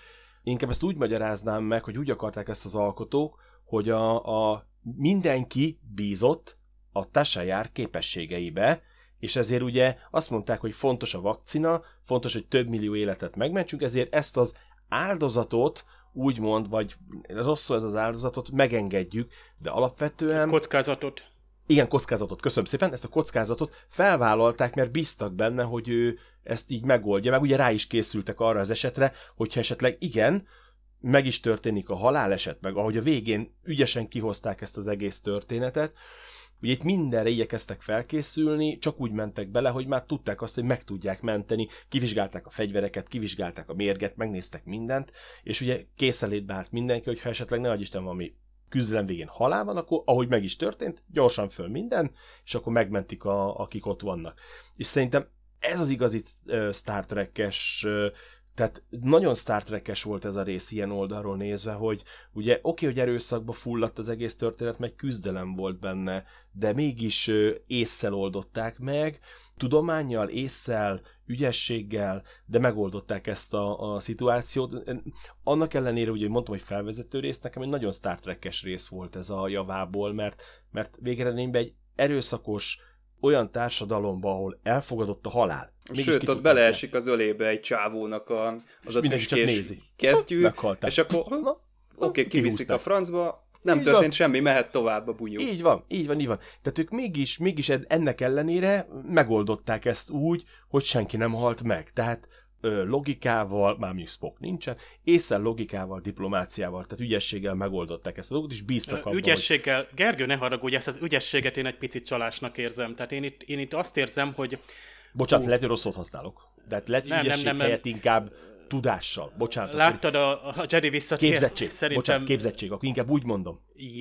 inkább ezt úgy magyaráznám meg, hogy úgy akarták ezt az alkotók, hogy a mindenki bízott a Tasha képességeibe, és ezért ugye azt mondták, hogy fontos a vakcina, fontos, hogy több millió életet megmentsünk, ezért ezt az áldozatot úgymond, vagy rosszul ez az áldozatot megengedjük, de alapvetően... Kockázatot. Igen, kockázatot, köszönöm szépen, ezt a kockázatot felvállalták, mert bíztak benne, hogy ő ezt így megoldja, meg ugye rá is készültek arra az esetre, hogyha esetleg igen, meg is történik a haláleset, meg ahogy a végén ügyesen kihozták ezt az egész történetet, ugye itt mindenre igyekeztek felkészülni, csak úgy mentek bele, hogy már tudták azt, hogy meg tudják menteni, kivizsgálták a fegyvereket, kivizsgálták a mérget, megnéztek mindent, és ugye készenlétbe állt mindenki, hogyha esetleg ne adj Isten valami küzdelem végén halál van, akkor ahogy meg is történt, gyorsan föl minden, és akkor megmentik akik ott vannak. És szerintem ez az igazi Star Trek-es, tehát nagyon Star Trek-es volt ez a rész ilyen oldalról nézve, hogy ugye oké, hogy erőszakba fulladt az egész történet, meg küzdelem volt benne, de mégis ésszel oldották meg, tudománnyal, ésszel, ügyességgel, de megoldották ezt a szituációt. Annak ellenére, ugye mondtam, hogy felvezető rész, nekem egy nagyon Star Trek-es rész volt ez a javából, mert végeredményben egy erőszakos olyan társadalomba, ahol elfogadott a halál. Sőt, ott beleesik az ölébe egy csávónak az a tüskés kesztyű, és akkor oké, kiviszik a francba, nem így történt van. Semmi, mehet tovább a bunyó. Így van. Tehát ők mégis ennek ellenére megoldották ezt úgy, hogy senki nem halt meg. Tehát logikával, már mondjuk Spock nincsen, ésszel logikával, diplomáciával, tehát ügyességgel megoldották ezt a dolgot, és bíztak abban, ügyességgel, hogy... Gergő, ne haragudj, ezt az ügyességet én egy picit csalásnak érzem. Tehát én itt azt érzem, hogy... Bocsánat, lehet, hogy rossz szót használok. De lehet ügyesség helyett inkább tudással. Bocsánat. Láttad a Jedi visszatér? Képzettség. Szerintem... Bocsánat, képzettség, akkor inkább úgy mondom.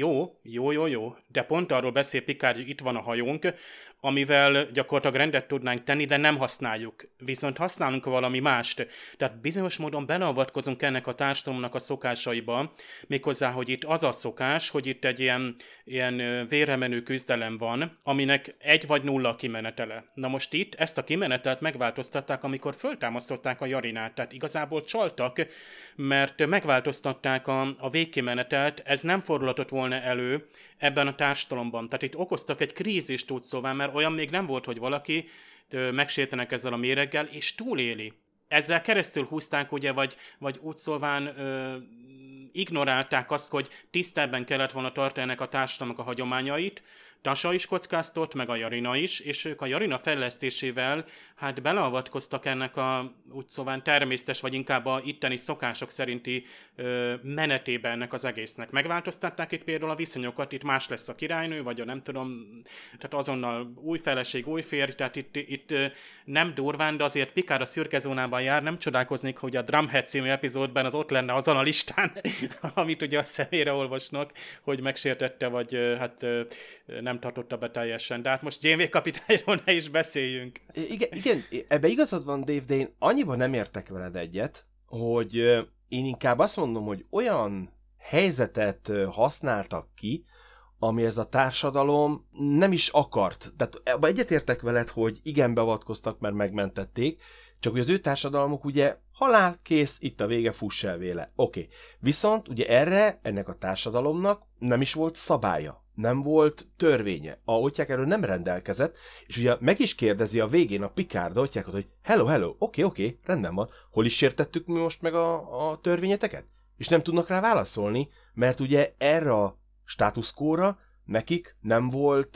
Jó. De pont arról beszél Picard, hogy itt van a hajónk, amivel gyakorlatilag rendet tudnánk tenni, de nem használjuk. Viszont használunk valami mást. Tehát bizonyos módon beleavatkozunk ennek a társadalomnak a szokásaiba, méghozzá, hogy itt az a szokás, hogy itt egy ilyen vérremenő küzdelem van, aminek 1 vagy 0 kimenetele. Na most itt ezt a kimenetelt megváltoztatták, amikor föltámasztották a Jarinát. Tehát igazából csaltak, mert megváltoztatták a végkimenetelt, ez nem fordulhatott volna elő ebben a társadalomban. Tehát itt okoztak egy krízist úgy szóval, mert olyan még nem volt, hogy valaki megsértenek ezzel a méreggel, és túléli. Ezzel keresztül húzták, ugye, vagy úgy szólván ignorálták azt, hogy tisztelben kellett volna tartani ennek a társadalomnak a hagyományait. Tasha is kockáztott, meg a Jarina is, és ők a Jarina fejlesztésével hát beleavatkoztak ennek a úgy szóval természetes, vagy inkább a itteni szokások szerinti menetébe ennek az egésznek. Megváltoztatták itt például a viszonyokat, itt más lesz a királynő, vagy a nem tudom, tehát azonnal új feleség, új férj, tehát itt nem durván, de azért Picard a szürke zónában jár, nem csodálkoznék, hogy a Drumhead című epizódban az ott lenne azon a listán, amit ugye a személyre olvasnak, hogy megsértette, vagy hát nem tartotta be teljesen. De hát most Janeway kapitányról ne is beszéljünk. Igen, ebbe igazad van, Dave, de én annyiban nem értek veled egyet, hogy én inkább azt mondom, hogy olyan helyzetet használtak ki, ami ez a társadalom nem is akart. Tehát ebben egyetértek veled, hogy igen, beavatkoztak, mert megmentették, csak hogy az ő társadalmuk ugye halál, kész, itt a vége, fuss el véle. Oké. Viszont ugye ennek a társadalomnak nem is volt szabálya. Nem volt törvénye. A Otyák erről nem rendelkezett, és ugye meg is kérdezi a végén a Picard Otyákat, hogy hello, oké, rendben van, hol is sértettük mi most meg a törvényeteket? És nem tudnak rá válaszolni, mert ugye erre a státuszkóra nekik nem volt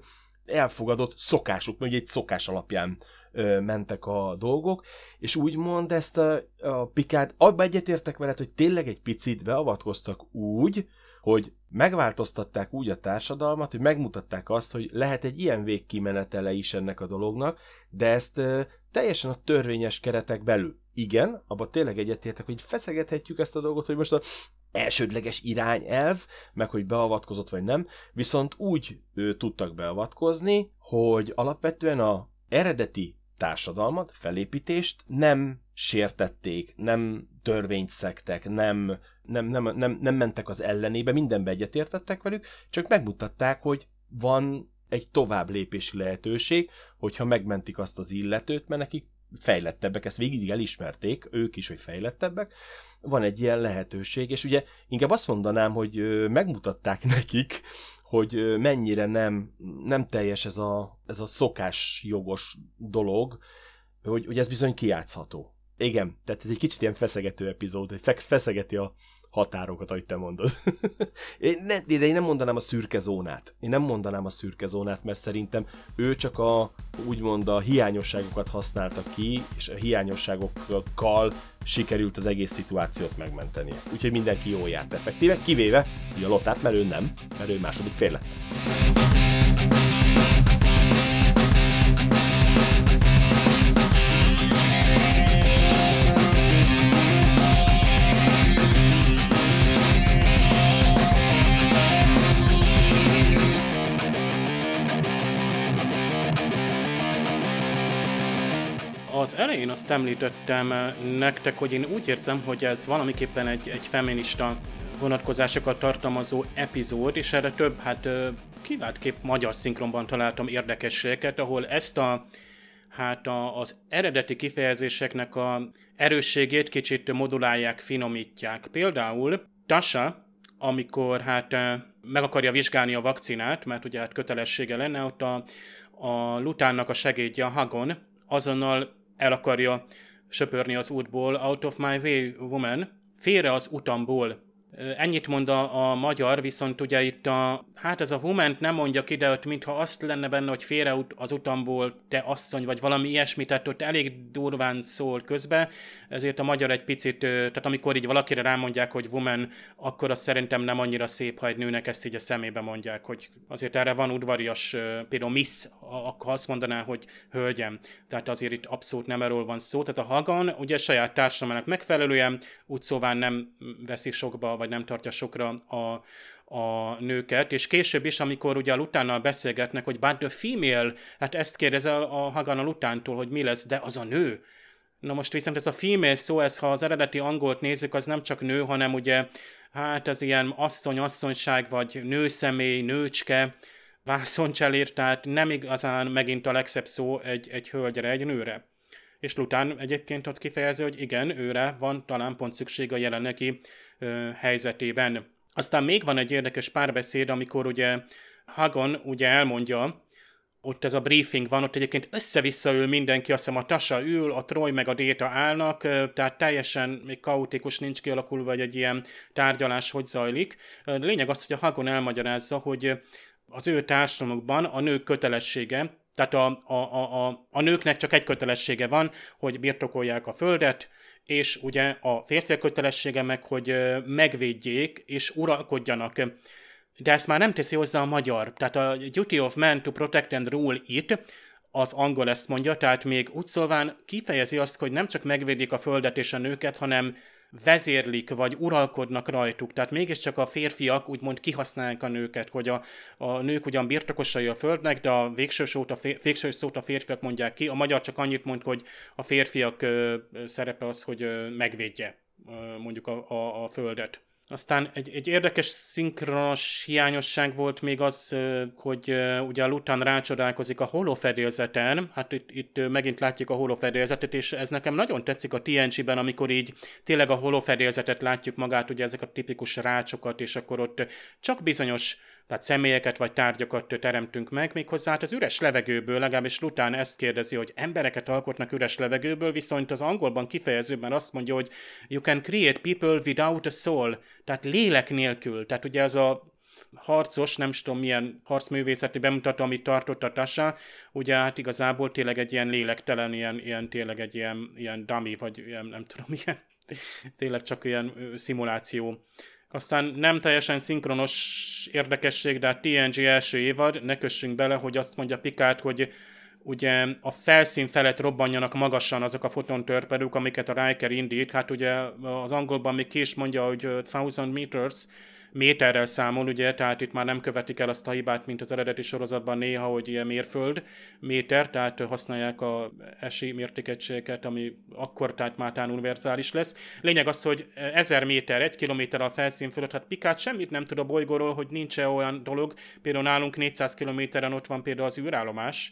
elfogadott szokásuk, mert ugye egy szokás alapján mentek a dolgok, és úgymond ezt a Picard, abba egyetértek veled, hogy tényleg egy picit beavatkoztak úgy, hogy megváltoztatták úgy a társadalmat, hogy megmutatták azt, hogy lehet egy ilyen végkimenetele is ennek a dolognak, de ezt teljesen a törvényes keretek belül. Igen, abban tényleg egyetértek, hogy feszegethetjük ezt a dolgot, hogy most a elsődleges irányelv, meg hogy beavatkozott vagy nem, viszont úgy tudtak beavatkozni, hogy alapvetően a eredeti társadalmat, felépítést nem sértették, nem törvényt szegtek, nem mentek az ellenébe, mindenbe egyetértettek velük, csak megmutatták, hogy van egy tovább lépési lehetőség, hogyha megmentik azt az illetőt, mert nekik fejlettebbek, ezt végig elismerték, ők is, hogy fejlettebbek, van egy ilyen lehetőség, és ugye inkább azt mondanám, hogy megmutatták nekik, hogy mennyire nem teljes ez a szokásjogos dolog, hogy ez bizony kijátszható. Igen, tehát ez egy kicsit ilyen feszegető epizód, feszegeti a határokat, ahogy te mondod. De én nem mondanám a szürke zónát. Mert szerintem ő csak úgymond a hiányosságokat használta ki, és a hiányosságokkal sikerült az egész szituációt megmentenie. Úgyhogy mindenki jól járt effektíve, kivéve a Lotát, mert ő nem, mert ő második fél lett. Az elején azt említettem nektek, hogy én úgy érzem, hogy ez valamiképpen egy feminista vonatkozásokat tartalmazó epizód, és erre több, kiváltképp magyar szinkronban találtam érdekességeket, ahol ezt az eredeti kifejezéseknek a erősségét kicsit modulálják, finomítják. Például Tasha, amikor meg akarja vizsgálni a vakcinát, mert ugye kötelessége lenne, ott a Lutánnak a segédje, a Hagon, azonnal el akarja söpörni az útból, out of my way, woman, félre az utamból. Ennyit mond a magyar, viszont ugye itt ez a woman nem mondja ki, de ott mintha azt lenne benne, hogy félre az utamból, te asszony, vagy valami ilyesmit, tehát ott elég durván szól közbe, ezért a magyar egy picit, tehát amikor így valakire rámondják, hogy woman, akkor azt szerintem nem annyira szép, ha egy nőnek ezt így a szemébe mondják, hogy azért erre van udvarias, például miss, ha azt mondaná, hogy hölgyem, tehát azért itt abszolút nem erről van szó, tehát a Hagan ugye saját társadalmának megfelelően, úgy szóval nem veszi sokba, vagy nem tartja sokra a nőket, és később is, amikor ugye a Lutánnal beszélgetnek, hogy but the female, hát ezt kérdezel a Hagan a Lutántól, hogy mi lesz, de az a nő. Na most viszont ez a female szó, ha az eredeti angolt nézzük, az nem csak nő, hanem ugye, ez ilyen asszonyság, vagy nőszemély, nőcske, vászoncselér, tehát nem igazán megint a legszebb szó egy hölgyre, egy nőre. És Lután egyébként ott kifejezi, hogy igen, őre van talán pont szükség a jelenlegi helyzetében. Aztán még van egy érdekes párbeszéd, amikor ugye Hagon ugye elmondja, ott ez a briefing van, ott egyébként össze-vissza ül mindenki, azt hiszem a Tasha ül, a Troy meg a Data állnak, tehát teljesen még kaotikus, nincs kialakulva, vagy egy ilyen tárgyalás hogy zajlik. Lényeg az, hogy a Hagon elmagyarázza, hogy az ő társadalmukban a nők kötelessége, tehát a nőknek csak egy kötelessége van, hogy birtokolják a földet, és ugye a férfiak kötelessége meg, hogy megvédjék és uralkodjanak. De ezt már nem teszi hozzá a magyar. Tehát a duty of man to protect and rule it, az angol ezt mondja, tehát még úgy szólván kifejezi azt, hogy nem csak megvédik a földet és a nőket, hanem vezérlik, vagy uralkodnak rajtuk. Tehát mégiscsak a férfiak úgymond kihasználják a nőket, hogy a nők ugyan birtokosai a földnek, de a végső szót a férfiak mondják ki. A magyar csak annyit mond, hogy a férfiak szerepe az, hogy megvédje mondjuk a földet. Aztán egy érdekes szinkronos hiányosság volt még az, hogy ugye a Lután rácsodálkozik a holofedélzeten, hát itt megint látjuk a holofedélzetet, és ez nekem nagyon tetszik a TNG-ben, amikor így tényleg a holofedélzetet látjuk magát, ugye ezek a tipikus rácsokat, és akkor ott csak bizonyos tehát személyeket vagy tárgyakat teremtünk meg, méghozzá az üres levegőből, legalábbis Lután ezt kérdezi, hogy embereket alkotnak üres levegőből, viszont az angolban kifejezőben azt mondja, hogy you can create people without a soul, tehát lélek nélkül. Tehát ugye ez a harcos, nem tudom milyen harcművészeti bemutató, amit tartott a Tasha, ugye hát igazából tényleg egy ilyen lélektelen, ilyen tényleg egy ilyen dummy, vagy ilyen, nem tudom, ilyen tényleg csak ilyen szimuláció. Aztán nem teljesen szinkronos érdekesség, de a TNG első évad, ne kössünk bele, hogy azt mondja Picard, hogy ugye a felszín felett robbanjanak magasan azok a fotontörpedők, amiket a Riker indít. Hát ugye az angolban még ki is mondja, hogy 1000 meters, méterrel számol, ugye, tehát itt már nem követik el azt a hibát, mint az eredeti sorozatban néha, hogy ilyen mérföld, méter, tehát használják a esélymértékegységeket, ami akkor tehát mátán univerzális lesz. Lényeg az, hogy 1000 méter, 1 kilométer a felszín fölött, hát Picard semmit nem tud a bolygóról, hogy nincs olyan dolog, például nálunk 400 kilométeren ott van például az űrállomás,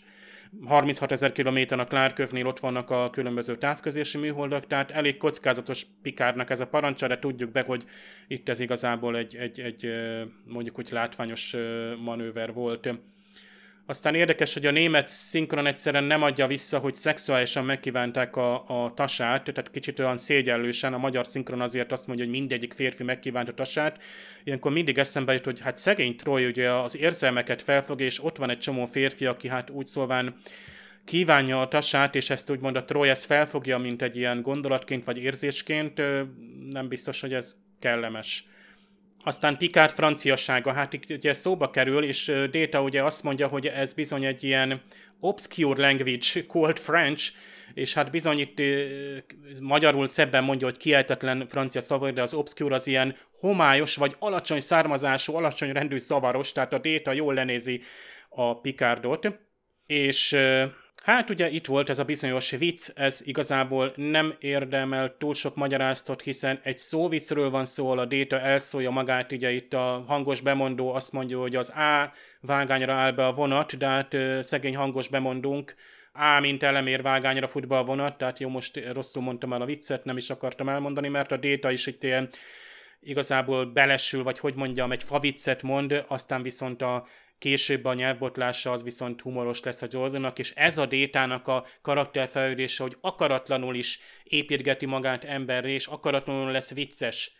36 000 kilométeren a Clark-övnél ott vannak a különböző távközlési műholdak, tehát elég kockázatos Picardnak ez a parancsa, de tudjuk be, hogy itt ez igazából egy mondjuk úgy látványos manőver volt. Aztán érdekes, hogy a német szinkron egyszerűen nem adja vissza, hogy szexuálisan megkívánták a tasát, tehát kicsit olyan szégyellősen, a magyar szinkron azért azt mondja, hogy mindegyik férfi megkívánt a tasát. Ilyenkor mindig eszembe jut, hogy hát szegény Troy ugye az érzelmeket felfogja, és ott van egy csomó férfi, aki hát úgy szólván kívánja a tasát, és ezt úgymond a Troy ezt felfogja, mint egy ilyen gondolatként vagy érzésként, nem biztos, hogy ez kellemes. Aztán Picard franciasága, hát itt ugye szóba kerül, és Data ugye azt mondja, hogy ez bizony egy ilyen obscure language called French, és hát bizony itt magyarul szebben mondja, hogy kiejtetlen francia szavak, de az obscure az ilyen homályos, vagy alacsony származású, alacsony rendű zavaros, tehát a Data jól lenézi a Picardot, és hát ugye itt volt ez a bizonyos vicc, ez igazából nem érdemel túl sok magyarázatot, hiszen egy szóviccről van szó, a Data elszólja magát, ugye itt a hangos bemondó azt mondja, hogy az A vágányra áll be a vonat, de hát szegény hangos bemondónk A mint elemér vágányra fut be a vonat, tehát jó, most rosszul mondtam el a viccet, nem is akartam elmondani, mert a Data is itt ilyen igazából belesül, vagy hogy mondjam, egy faviccet mond, aztán viszont később a nyelvbotlása az viszont humoros lesz a Jordannak, és ez a Détának a karakterfejlődése, hogy akaratlanul is építgeti magát emberré, és akaratlanul lesz vicces,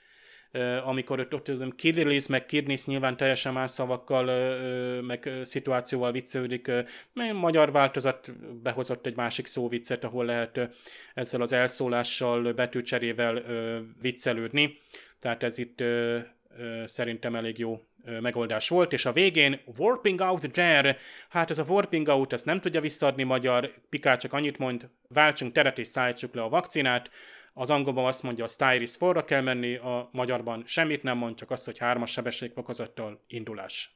amikor ott Kiriliz, meg Kirnisz nyilván teljesen más szavakkal, meg szituációval viccelődik. Magyar változat behozott egy másik szóviccet, ahol lehet ezzel az elszólással, betűcserével viccelődni. Tehát ez itt szerintem elég jó megoldás volt, és a végén warping out there, hát ez a warping out, ezt nem tudja visszaadni magyar, Picard csak annyit mond, váltsunk teret és szállítsuk le a vakcinát, az angolban azt mondja, a Styris forra kell menni, a magyarban semmit nem mond, csak azt, hogy 3-as sebességfokozattal indulás.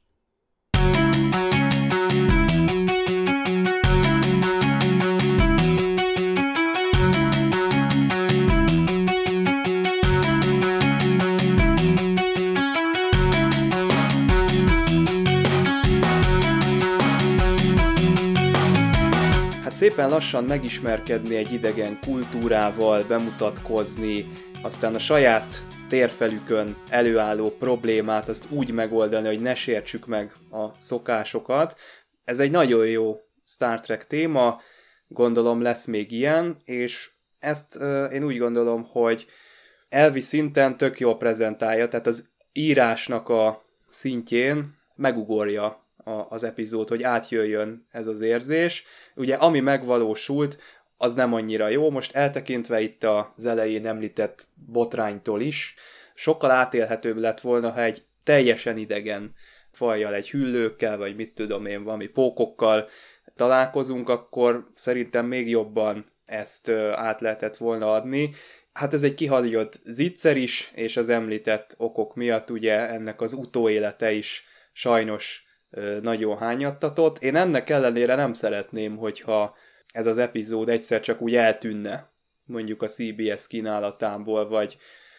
Szépen lassan megismerkedni egy idegen kultúrával, bemutatkozni, aztán a saját térfelükön előálló problémát azt úgy megoldani, hogy ne sértsük meg a szokásokat. Ez egy nagyon jó Star Trek téma, gondolom lesz még ilyen, és ezt én úgy gondolom, hogy elvi szinten tök jól prezentálja, tehát az írásnak a szintjén megugorja az epizód, hogy átjöjjön ez az érzés. Ugye ami megvalósult, az nem annyira jó, most eltekintve itt az elején említett botránytól is, sokkal átélhetőbb lett volna, ha egy teljesen idegen fajjal, egy hüllőkkel, vagy mit tudom én, valami pókokkal találkozunk, akkor szerintem még jobban ezt át lehetett volna adni. Hát ez egy kihagyott zicser is, és az említett okok miatt ugye ennek az utóélete is sajnos nagyon hányattatott. Én ennek ellenére nem szeretném, hogyha ez az epizód egyszer csak úgy eltűnne, mondjuk a CBS kínálatából, vagy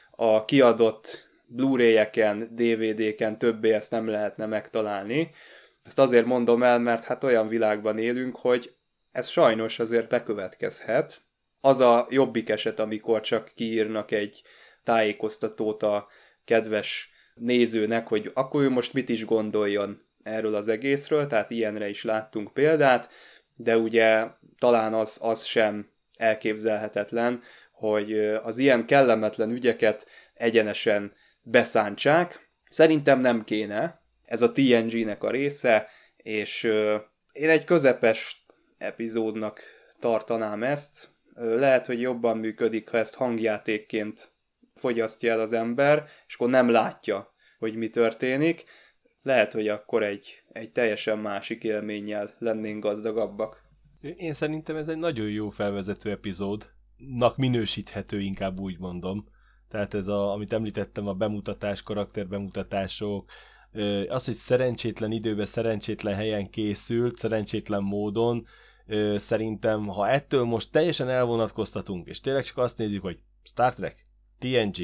a kiadott Blu-ray-eken, DVD-ken többé ezt nem lehetne megtalálni. Ezt azért mondom el, mert hát olyan világban élünk, hogy ez sajnos azért bekövetkezhet. Az a jobbik eset, amikor csak kiírnak egy tájékoztatót a kedves nézőnek, hogy akkor ő most mit is gondoljon erről az egészről, tehát ilyenre is láttunk példát, de ugye talán az sem elképzelhetetlen, hogy az ilyen kellemetlen ügyeket egyenesen beszántsák. Szerintem nem kéne, ez a TNG-nek a része, és én egy közepes epizódnak tartanám ezt. Lehet, hogy jobban működik, ha ezt hangjátékként fogyasztja el az ember, és akkor nem látja, hogy mi történik. Lehet, hogy akkor egy teljesen másik élménnyel lennénk gazdagabbak. Én szerintem ez egy nagyon jó felvezető epizódnak minősíthető, inkább úgy mondom. Tehát ez, amit említettem, a bemutatás, karakterbemutatások, az, hogy szerencsétlen időben, szerencsétlen helyen készült, szerencsétlen módon, szerintem, ha ettől most teljesen elvonatkoztatunk, és tényleg csak azt nézzük, hogy Star Trek, TNG,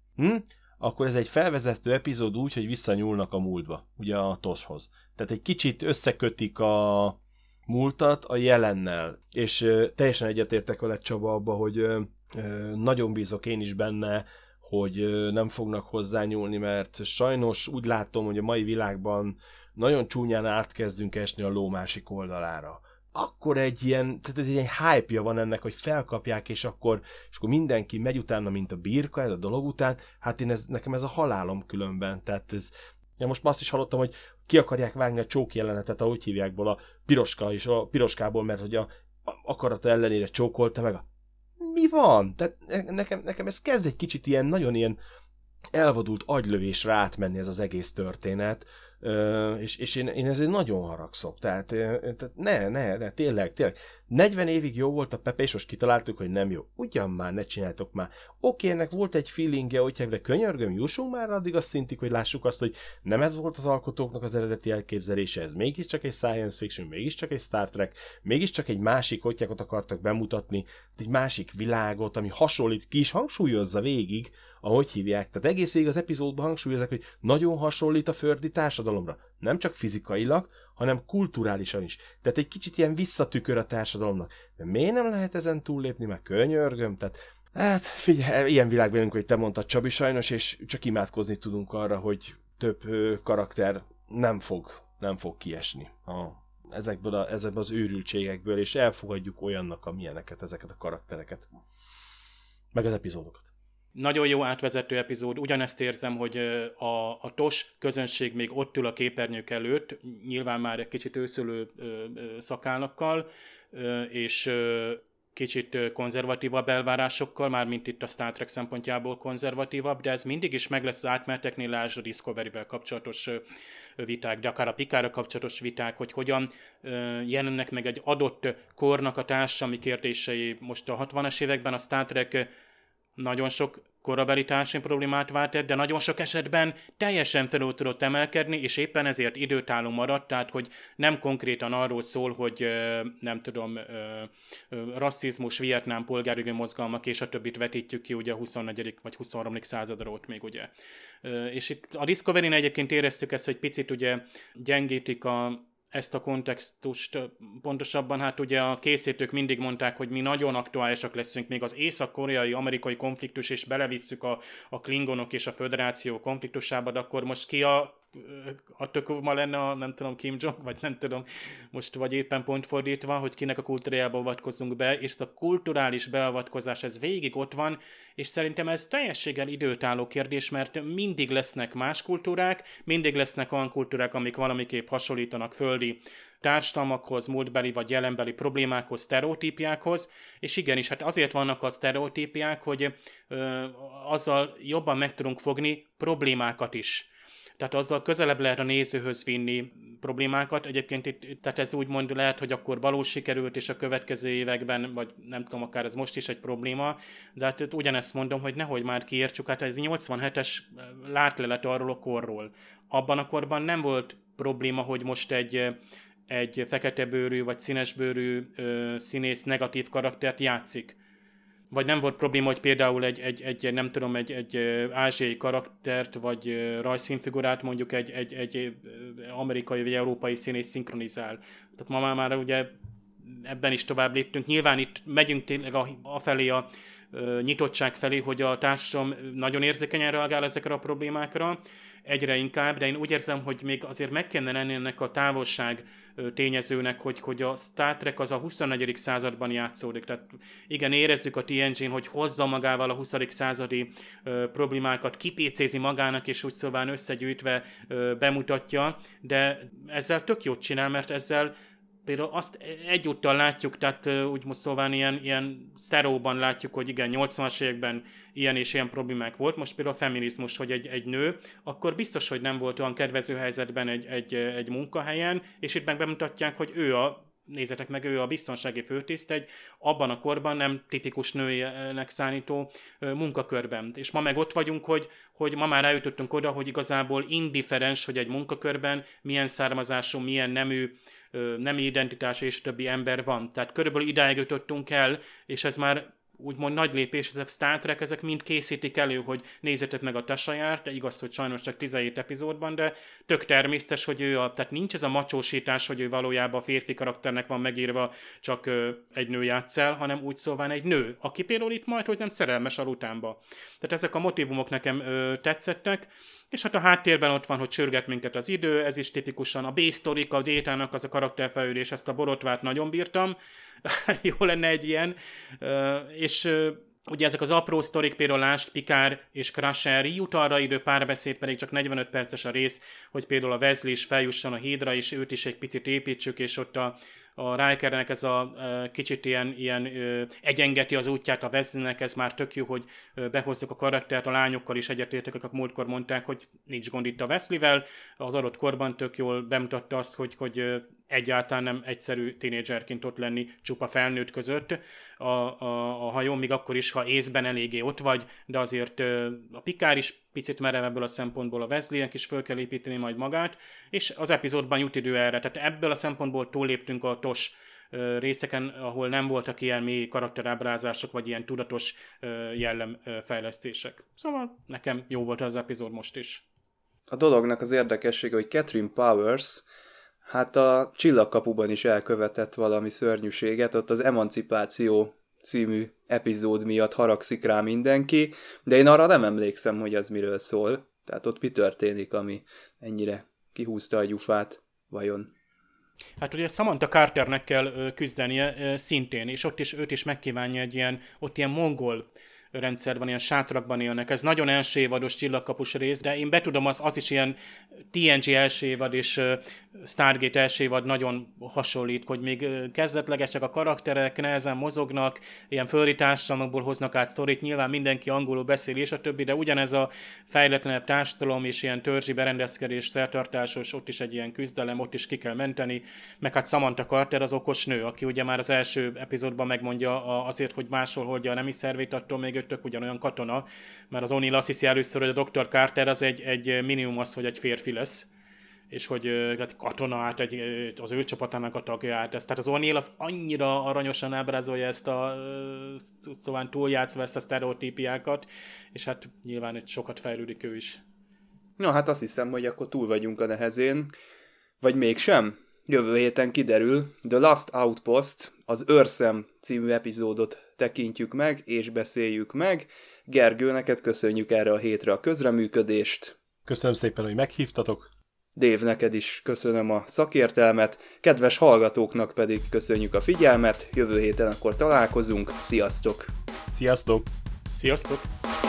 akkor ez egy felvezető epizód úgy, hogy visszanyúlnak a múltba, ugye a TOS-hoz. Tehát egy kicsit összekötik múltat a jelennel. És teljesen egyetértek veled, Csaba, abba, hogy nagyon bízok én is benne, hogy nem fognak hozzányúlni, mert sajnos úgy látom, hogy a mai világban nagyon csúnyán átkezdünk esni a ló másik oldalára. Akkor egy ilyen hype-ja van ennek, hogy felkapják, és akkor mindenki megy utána, mint a birka, ez a dolog után. Hát nekem ez a halálom különben. Tehát most azt is hallottam, hogy ki akarják vágni a csók jelenetet, ahogy hívjákból, a piroskából, mert hogy a akarata ellenére csókolta meg mi van? Tehát nekem ez kezd egy kicsit ilyen, nagyon ilyen elvadult agylövésre átmenni ez az egész történet, és én ezért nagyon haragszok. Tehát ne, tényleg. 40 évig jó volt a Pepe, és most kitaláltuk, hogy nem jó. Ugyan már, ne csináljátok már. Oké, ennek volt egy feelingje, hogy de könyörgöm, jussunk már addig a szintig, hogy lássuk azt, hogy nem ez volt az alkotóknak az eredeti elképzelése, ez mégiscsak egy science fiction, mégiscsak egy Star Trek, mégiscsak egy másik hotyákot akartak bemutatni, egy másik világot, ami hasonlít, ki is hangsúlyozza végig, ahogy hívják. Tehát egész végig az epizódban hangsúlyozzák, hogy nagyon hasonlít a földi társadalomra. Nem csak fizikailag, hanem kulturálisan is. Tehát egy kicsit ilyen visszatükör a társadalomnak. De miért nem lehet ezen túllépni, meg könyörgöm? Tehát, hát figyelj, ilyen világban jönk, hogy te mondtad, Csabi, sajnos, és csak imádkozni tudunk arra, hogy több karakter nem fog kiesni ezekből az őrültségekből, és elfogadjuk olyannak, amilyeneket, ezeket a karaktereket. Meg az epizódokat. Nagyon jó átvezető epizód, ugyanezt érzem, hogy a TOS közönség még ott ül a képernyők előtt, nyilván már egy kicsit őszölő szakállakkal, és kicsit konzervatívabb elvárásokkal, mármint itt a Star Trek szempontjából konzervatívabb, de ez mindig is meg lesz az átmenteknél, lásd a Discovery-vel kapcsolatos viták, de akár a Picardra kapcsolatos viták, hogy hogyan jelennek meg egy adott kornak a társadalmi kérdései. Most a 60-as években a Star Trek nagyon sok korabeli társadalmi problémát váltott, de nagyon sok esetben teljesen felül tudott emelkedni, és éppen ezért időtálló maradt, tehát hogy nem konkrétan arról szól, hogy nem tudom, rasszizmus, Vietnám, polgárjogi mozgalmak és a többit vetítjük ki ugye a 24. vagy 23. századra ott még ugye. És itt a Discovery-n egyébként éreztük ezt, hogy picit ugye gyengítik ezt a kontextust, pontosabban hát ugye a készítők mindig mondták, hogy mi nagyon aktuálisak leszünk, még az észak-koreai-amerikai konfliktus, és belevisszük a klingonok és a föderáció konfliktusába, de akkor most ki a tökövma lenne nem tudom, Kim Jong, vagy nem tudom, most vagy éppen pont fordítva, hogy kinek a kultúrájába avatkozzunk be, és a kulturális beavatkozás, ez végig ott van, és szerintem ez teljességgel időtálló kérdés, mert mindig lesznek más kultúrák, mindig lesznek olyan kultúrák, amik valamiképp hasonlítanak földi társadalmakhoz, múltbeli vagy jelenbeli problémákhoz, sztereotípiákhoz, és igenis, hát azért vannak a sztereotípiák, hogy azzal jobban meg tudunk fogni problémákat is. Tehát azzal közelebb lehet a nézőhöz vinni problémákat. Egyébként tehát ez úgymond lehet, hogy akkor valós sikerült, és a következő években, vagy nem tudom, akár ez most is egy probléma, de hát ugyanezt mondom, hogy nehogy már kiértsük, hát ez 87-es látlelet arról a korról. Abban a korban nem volt probléma, hogy most egy feketebőrű vagy színesbőrű színész negatív karaktert játszik. Vagy nem volt probléma, hogy például egy ázsiai karaktert, vagy rajzszínfigurát mondjuk egy amerikai vagy európai színész szinkronizál. Tehát ma már ugye ebben is tovább léptünk. Nyilván itt megyünk tényleg afelé a nyitottság felé, hogy a társadalom nagyon érzékenyen reagál ezekre a problémákra, egyre inkább, de én úgy érzem, hogy még azért meg kellene lenni ennek a távolság tényezőnek, hogy a Star Trek az a 24. században játszódik. Tehát igen, érezzük a TNG-n, hogy hozza magával a 20. századi problémákat, kipécézi magának, és úgy szóval összegyűjtve bemutatja, de ezzel tök jót csinál, mert ezzel például azt egyúttal látjuk, tehát úgy most szóval ilyen sztereóban látjuk, hogy igen, 80-as években ilyen és ilyen problémák volt. Most például a feminizmus, hogy egy nő, akkor biztos, hogy nem volt olyan kedvező helyzetben egy munkahelyen, és itt meg bemutatják, hogy nézzetek meg, ő a biztonsági főtiszt abban a korban nem tipikus nőnek számító munkakörben. És ma meg ott vagyunk, hogy ma már eljutottunk oda, hogy igazából indifferens, hogy egy munkakörben milyen származású, milyen nemi identitás és többi ember van. Tehát körülbelül idáig jutottunk el, és ez már úgymond nagy lépés, ezek Star Trek, ezek mind készítik elő, hogy nézzétek meg a Tasaját, de igaz, hogy sajnos csak 17 epizódban, de tök természetes, hogy tehát nincs ez a macsósítás, hogy ő valójában a férfi karakternek van megírva, csak egy nő játsz el, hanem úgy szóval egy nő, aki például itt majd, hogy nem szerelmes a Rutánba. Tehát ezek a motivumok nekem tetszettek, és hát a háttérben ott van, hogy csörget minket az idő, ez is tipikusan a B-sztorik, a Détának az a karakterfejlődés, ezt a borotvát nagyon bírtam, jó lenne egy ilyen, és ugye ezek az apró sztorik, például lásd Picard és Crusher, jut arra idő, párbeszéd, pedig csak 45 perces a rész, hogy például a Wesley is feljusson a hídra, és őt is egy picit építsük, és ott a Rikernek ez a kicsit ilyen egyengeti az útját a Wesleynek, ez már tök jó, hogy behozzuk a karaktert, a lányokkal is egyetértek, akik múltkor mondták, hogy nincs gond itt a Wesleyvel, az adott korban tök jól bemutatta azt, hogy egyáltalán nem egyszerű tínédzserként ott lenni csupa felnőtt között a hajón, még akkor is, ha észben eléggé ott vagy, de azért a Picard is picit merev ebből a szempontból, a Wesleynek is föl kell építeni majd magát, és az epizódban jut idő erre. Tehát ebből a szempontból túlléptünk a TOS részeken, ahol nem voltak ilyen mély karakterábrázások, vagy ilyen tudatos jellemfejlesztések. Szóval nekem jó volt az epizód most is. A dolognak az érdekessége, hogy Catherine Powers hát a Csillagkapuban is elkövetett valami szörnyűséget, ott az Emancipáció című epizód miatt haragszik rá mindenki, de én arra nem emlékszem, hogy az miről szól. Tehát ott mi történik, ami ennyire kihúzta a gyufát, vajon? Hát ugye Samantha Carternek kell küzdenie szintén, és ott is őt is megkívánja egy ilyen, ott ilyen mongol rendszer van, ilyen sátrakban élnek. Ez nagyon első évados Csillagkapus rész, de én betudom, az is ilyen TNG első évad és Stargate első évad nagyon hasonlít, hogy még kezdetlegesek a karakterek, nehezen mozognak, ilyen földi társadalmakból hoznak át sztorit, nyilván mindenki angolul beszél és a többi, de ugyanez a fejletlenebb társadalom és ilyen törzsi berendezkedés, szertartásos, ott is egy ilyen küzdelem, ott is ki kell menteni, meg hát Samantha Carter az okos nő, aki ugye már az első epizódban megmondja azért, hogy máshol hordja a nemi szervét, attól még tök ugyanolyan katona, mert az O'Neill azt hiszi először, hogy a Dr. Carter az egy minimum az, hogy egy férfi lesz, és hogy katona át az ő csapatának a tagja át. Tehát az O'Neill az annyira aranyosan ábrázolja ezt szóval túljátszva ezt a sztereotípiákat, és hát nyilván sokat fejlődik ő is. Na hát azt hiszem, hogy akkor túl vagyunk a nehezén, vagy mégsem? Jövő héten kiderül, The Last Outpost, az Őrszem című epizódot tekintjük meg, és beszéljük meg. Gergő, neked köszönjük erre a hétre a közreműködést. Köszönöm szépen, hogy meghívtatok. Dave, neked is köszönöm a szakértelmet, kedves hallgatóknak pedig köszönjük a figyelmet, jövő héten akkor találkozunk, sziasztok! Sziasztok! Sziasztok!